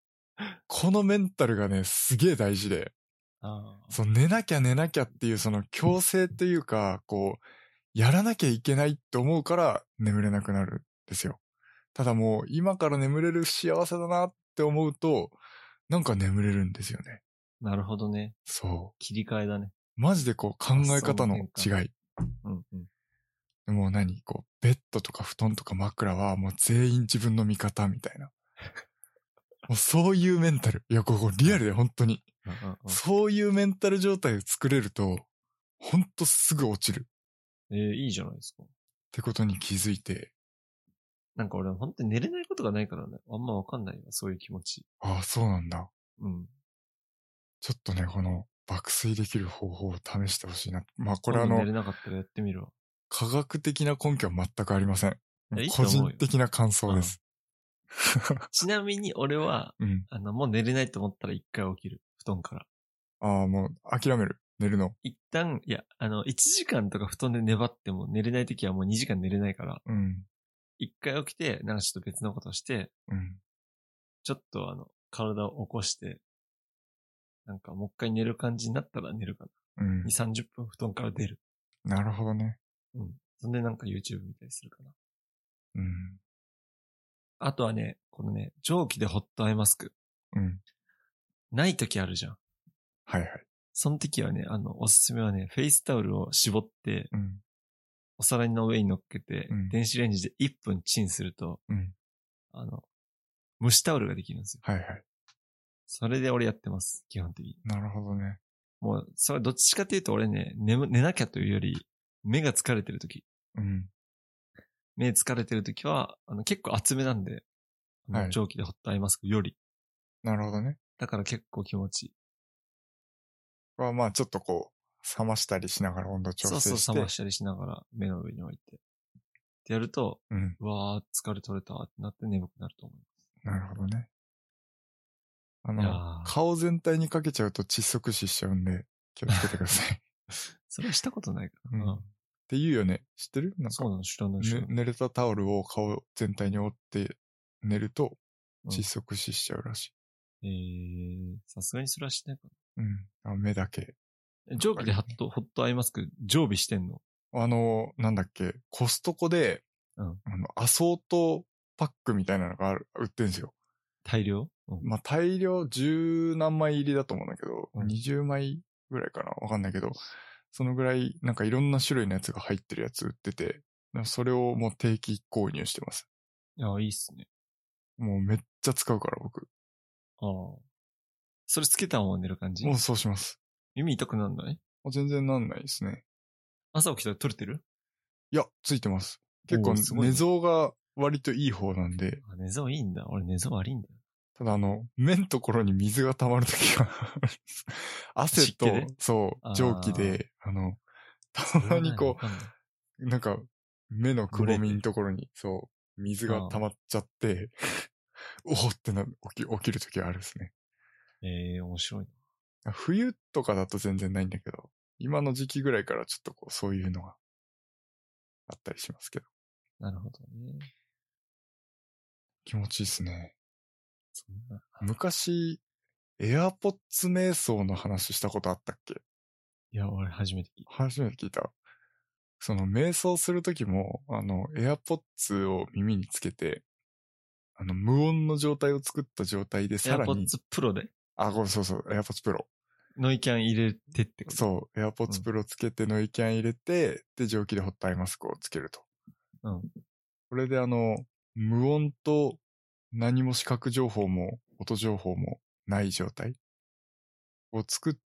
このメンタルがね、すげえ大事で、 ああ。 そう、寝なきゃ寝なきゃっていうその強制っていうか、こう、やらなきゃいけないって思うから眠れなくなるんですよ。ただもう、今から眠れる幸せだなって思うと、なんか眠れるんですよね。 なるほどね。 そう。 切り替えだね。 マジでこう考え方の発想の違い。 うんうん。 でもう何こう、ベッドとか布団とか枕はもう全員自分の味方みたいな。もうそういうメンタル。いや、ここリアルで本当に。 うんうんうん、 そういうメンタル状態を作れると、ほんとすぐ落ちる。 えー、いいじゃないですか。 ってことに気づいて。 なんか俺本当に寝れないことがないからね。あんまわかんないわ、そういう気持ち。 ああ、そうなんだ。 うん。 ちょっとね、この爆睡できる方法を試してほしいな。まあこれあの今度寝れ、なかったらやってみるわ。 科学的な根拠は全くありません。 いやいいと個思うよ人的な感想です。 ちなみに俺は、 うん。 あの、もう寝れないと思ったら一回起きる。布団から。 ああ、もう諦める。寝るの。 一旦、いや、あの、いちじかんとか布団で粘っても寝れないときはもうにじかん寝れないから、 うん。 一回起きて、なんかちょっと別のことして、 うん。 ちょっとあの、体を起こして、なんかもう一回寝る感じになったら寝るかな。 うんに、。さんじゅっぷん布団から出る。 なるほどね。 うん。そんでなんか YouTube 見たりするかな。 うん。 あとはね、このね、蒸気でホットアイマスク。 うん。 ないときあるじゃん。 はいはい。 その時はね、あの、おすすめはね、フェイスタオルを絞って、 うん。 お皿の上に乗っけて、 うん電子レンジでいっぷんチンすると、 うん。 あの、蒸しタオルができるんですよ。 はいはい。 それで俺やってます、基本的に。 なるほどね。 もう、それどっちかっていうと俺ね、寝む、寝なきゃというより、目が疲れてる時。 うん。 目疲れてる時は、あの、結構厚めなんで、あのはい蒸気でホットアイマスクより。 なるほどね。 だから結構気持ちいい。 はまあちょっとこう、冷ましたりしながら温度調そうそう、 整して。 冷ましたりしながら目の上に置いて。ってやると、 うん。 うわー、疲れ取れたってなって眠くなると思います。 なるほどね。あいやの、 ー顔全体にかけちゃうと窒息死しちゃうんで、気をつけてください。 それはしたことないかうら。 ん。って言うよね。知ってるなんか、 そうなの、知らない知らね、 ない。 濡れたタオルを顔全体に覆って寝るとうん窒息死しちゃうらしい。 えー、さすがにそれはしないかうん。あ目だけ。 な。蒸気でホット、ホットアイマスク常備してんの？ あの、なんだっけ、コストコで、 うん。 あの、アソートパックみたいなのがある売ってるんですよ。 大量？うん。 まあ、大量十何枚入りだと思うんだけど、 うんにじゅうまいぐらいかなわかんないけど、そのぐらい、なんかいろんな種類のやつが入ってるやつ売ってて、それをもう定期購入してます。 いや、いいっすね。 もうめっちゃ使うから僕。 ああ。それつけたまま寝る感じ？ もうそうします。 耳痛くなんない？ もう全然なんないですね。 朝起きたら取れてる？ いや、ついてます。結構おーすごいね寝相が割といい方なんで、 あ、寝相いいんだ。俺寝相悪いんだよ。 ただあの、目のところに水が溜まるときが汗と湿気で、 そう、 あー蒸気で、あの、たそれはねまにこわかんない。 う、なんか、目のくぼみ蒸れてのところに、そう、水が溜まっちゃって、おおってな、起き、起きるときはあるですね。 ええー、面白い冬とかだと全然ないんだけど、今の時期ぐらいからちょっとこう、そういうのがあったりしますけど。 な。なるほどね。 気持ちいいですね。 そんな。 昔、エアポッツ瞑想の話したことあったっけ？ いや、俺初めて聞いた。 初めて聞いた。その瞑想するときも、あの、エアポッツを耳につけて、あの、無音の状態を作った状態でさらに、 AirPods Pro であ、これそうそう、エアポッツプロ。 ノイキャン入れてってこと？ そう、エアポッツプロつけてノイキャン入れて、で、蒸気でホットアイマスクをつけると。 うん。 これであの、無音と何も視覚情報も音情報もない状態を作って、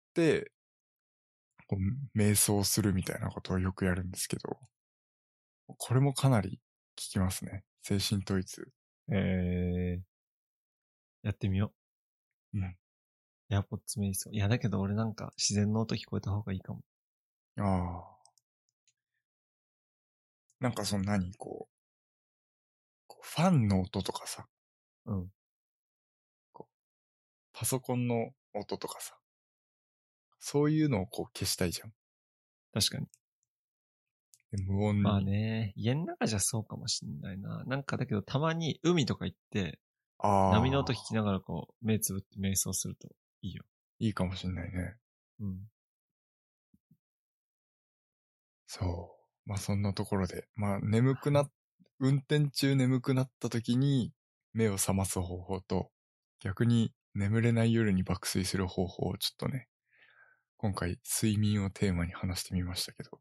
こう瞑想するみたいなことをよくやるんですけど、これもかなり効きますね。精神統一。 えー、やってみようん。 う。AirPods 瞑想。いや、だけど俺なんか自然の音聞こえた方がいいかも。 ああ。なんかその何こう、こうファンの音とかさ、 うん。 パソコンの音とかさ、そういうのをこう消したいじゃん。 確かに。 で無音に。 まあね、家の中じゃそうかもしんないな。なんかだけどたまに海とか行って、 ああ。 波の音聞きながらこう、目つぶって瞑想するといいよ。 いいかもしんないね。 うん。 そう。まあそんなところで、まあ眠くな、運転中眠くなった時に目を覚ます方法と、逆に眠れない夜に爆睡する方法をちょっとね、今回睡眠をテーマに話してみましたけど。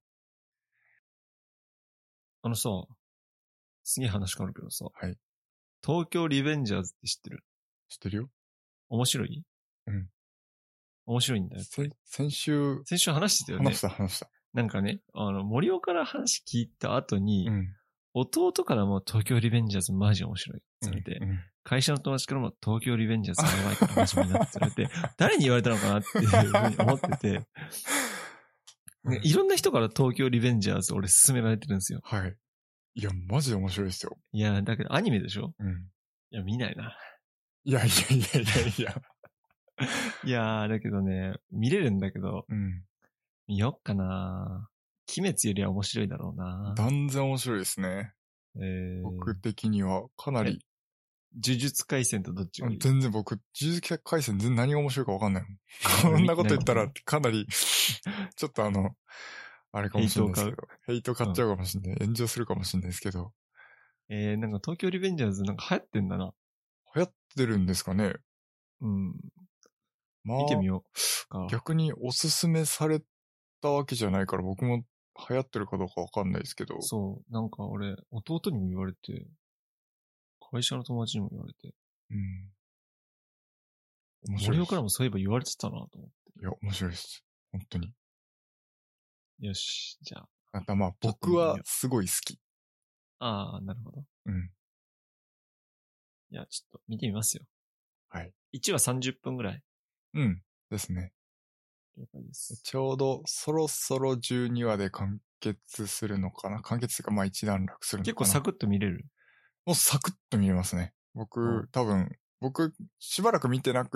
あのさ、すげえ話変わるけどさ、 はい。 東京リベンジャーズって知ってる？ 知ってるよ。 面白い？ うん。 面白いんだよ、やっぱり。 先週、 先週話してたよね。 話した話した。 なんかね、あの、森尾から話聞いた後に、 うん。 弟からも東京リベンジャーズマジ面白いって言われて、 うんうん、 会社の友達からも東京リベンジャーズやばいから真面目になって言われて、誰に言われたのかなっていうふうに思ってて、 うん、 いろんな人から東京リベンジャーズ俺勧められてるんですよ。 はい。いや、マジで面白いですよ。 いや、だけどアニメでしょ？ うん。 いや、見ないな。 いやいやいやいやいや。 いやー、だけどね、見れるんだけど、 うん。 見よっかな。鬼滅よりは面白いだろうな。 断然面白いですね。 えー、 僕的にはかなり。 呪術廻戦とどっちがいい？ 全然僕、呪術廻戦全然何が面白いか分かんないもん。こんなこと言ったらかなり、ちょっとあの、あれかもしれないですけど、ヘイト買っちゃうかもしれない。うん、炎上するかもしれないですけど。 えー、なんか東京リベンジャーズなんか流行ってんだな。 流行ってるんですかね。 うん。 まあ、 見てみようか。 逆におすすめされたわけじゃないから僕も流行ってるかどうかわかんないですけど。 そう、なんか俺、弟にも言われて、会社の友達にも言われて。 うん。面白いです。 森尾からもそういえば言われてたなと思って。 いや、面白いです。本当に。 よし、じゃあ。 あとまあ僕はすごい好き。 ああ、なるほど。 うん。 いや、ちょっと見てみますよ。 はい。 いちわさんじゅっぷんぐらい。 うん。ですね。 了解です。 ちょうどそろそろじゅうにわで完結するのかな。完結というかまあ一段落するのかな。 結構サクッと見れる？ もうサクッと見れますね。僕、うん、多分、僕、しばらく見てなくって、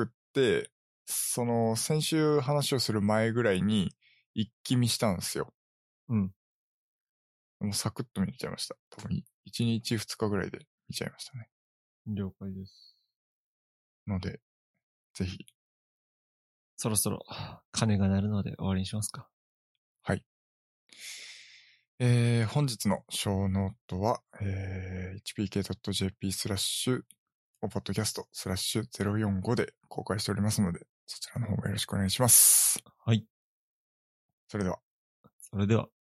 その、先週話をする前ぐらいに一気見したんですよ。 うん。 もうサクッと見れちゃいました。多分、いちにちふつかぐらいで見ちゃいましたね。 了解です。 ので、ぜひ。 そろそろ、鐘が鳴るので終わりにしますか。 はい。えー、本日のショーノートは、えー、エイチピーケードットジェーピー スラッシュ、おポッドキャストスラッシュゼロよんごで公開しておりますので、そちらの方もよろしくお願いします。 はい。 それでは。 それでは。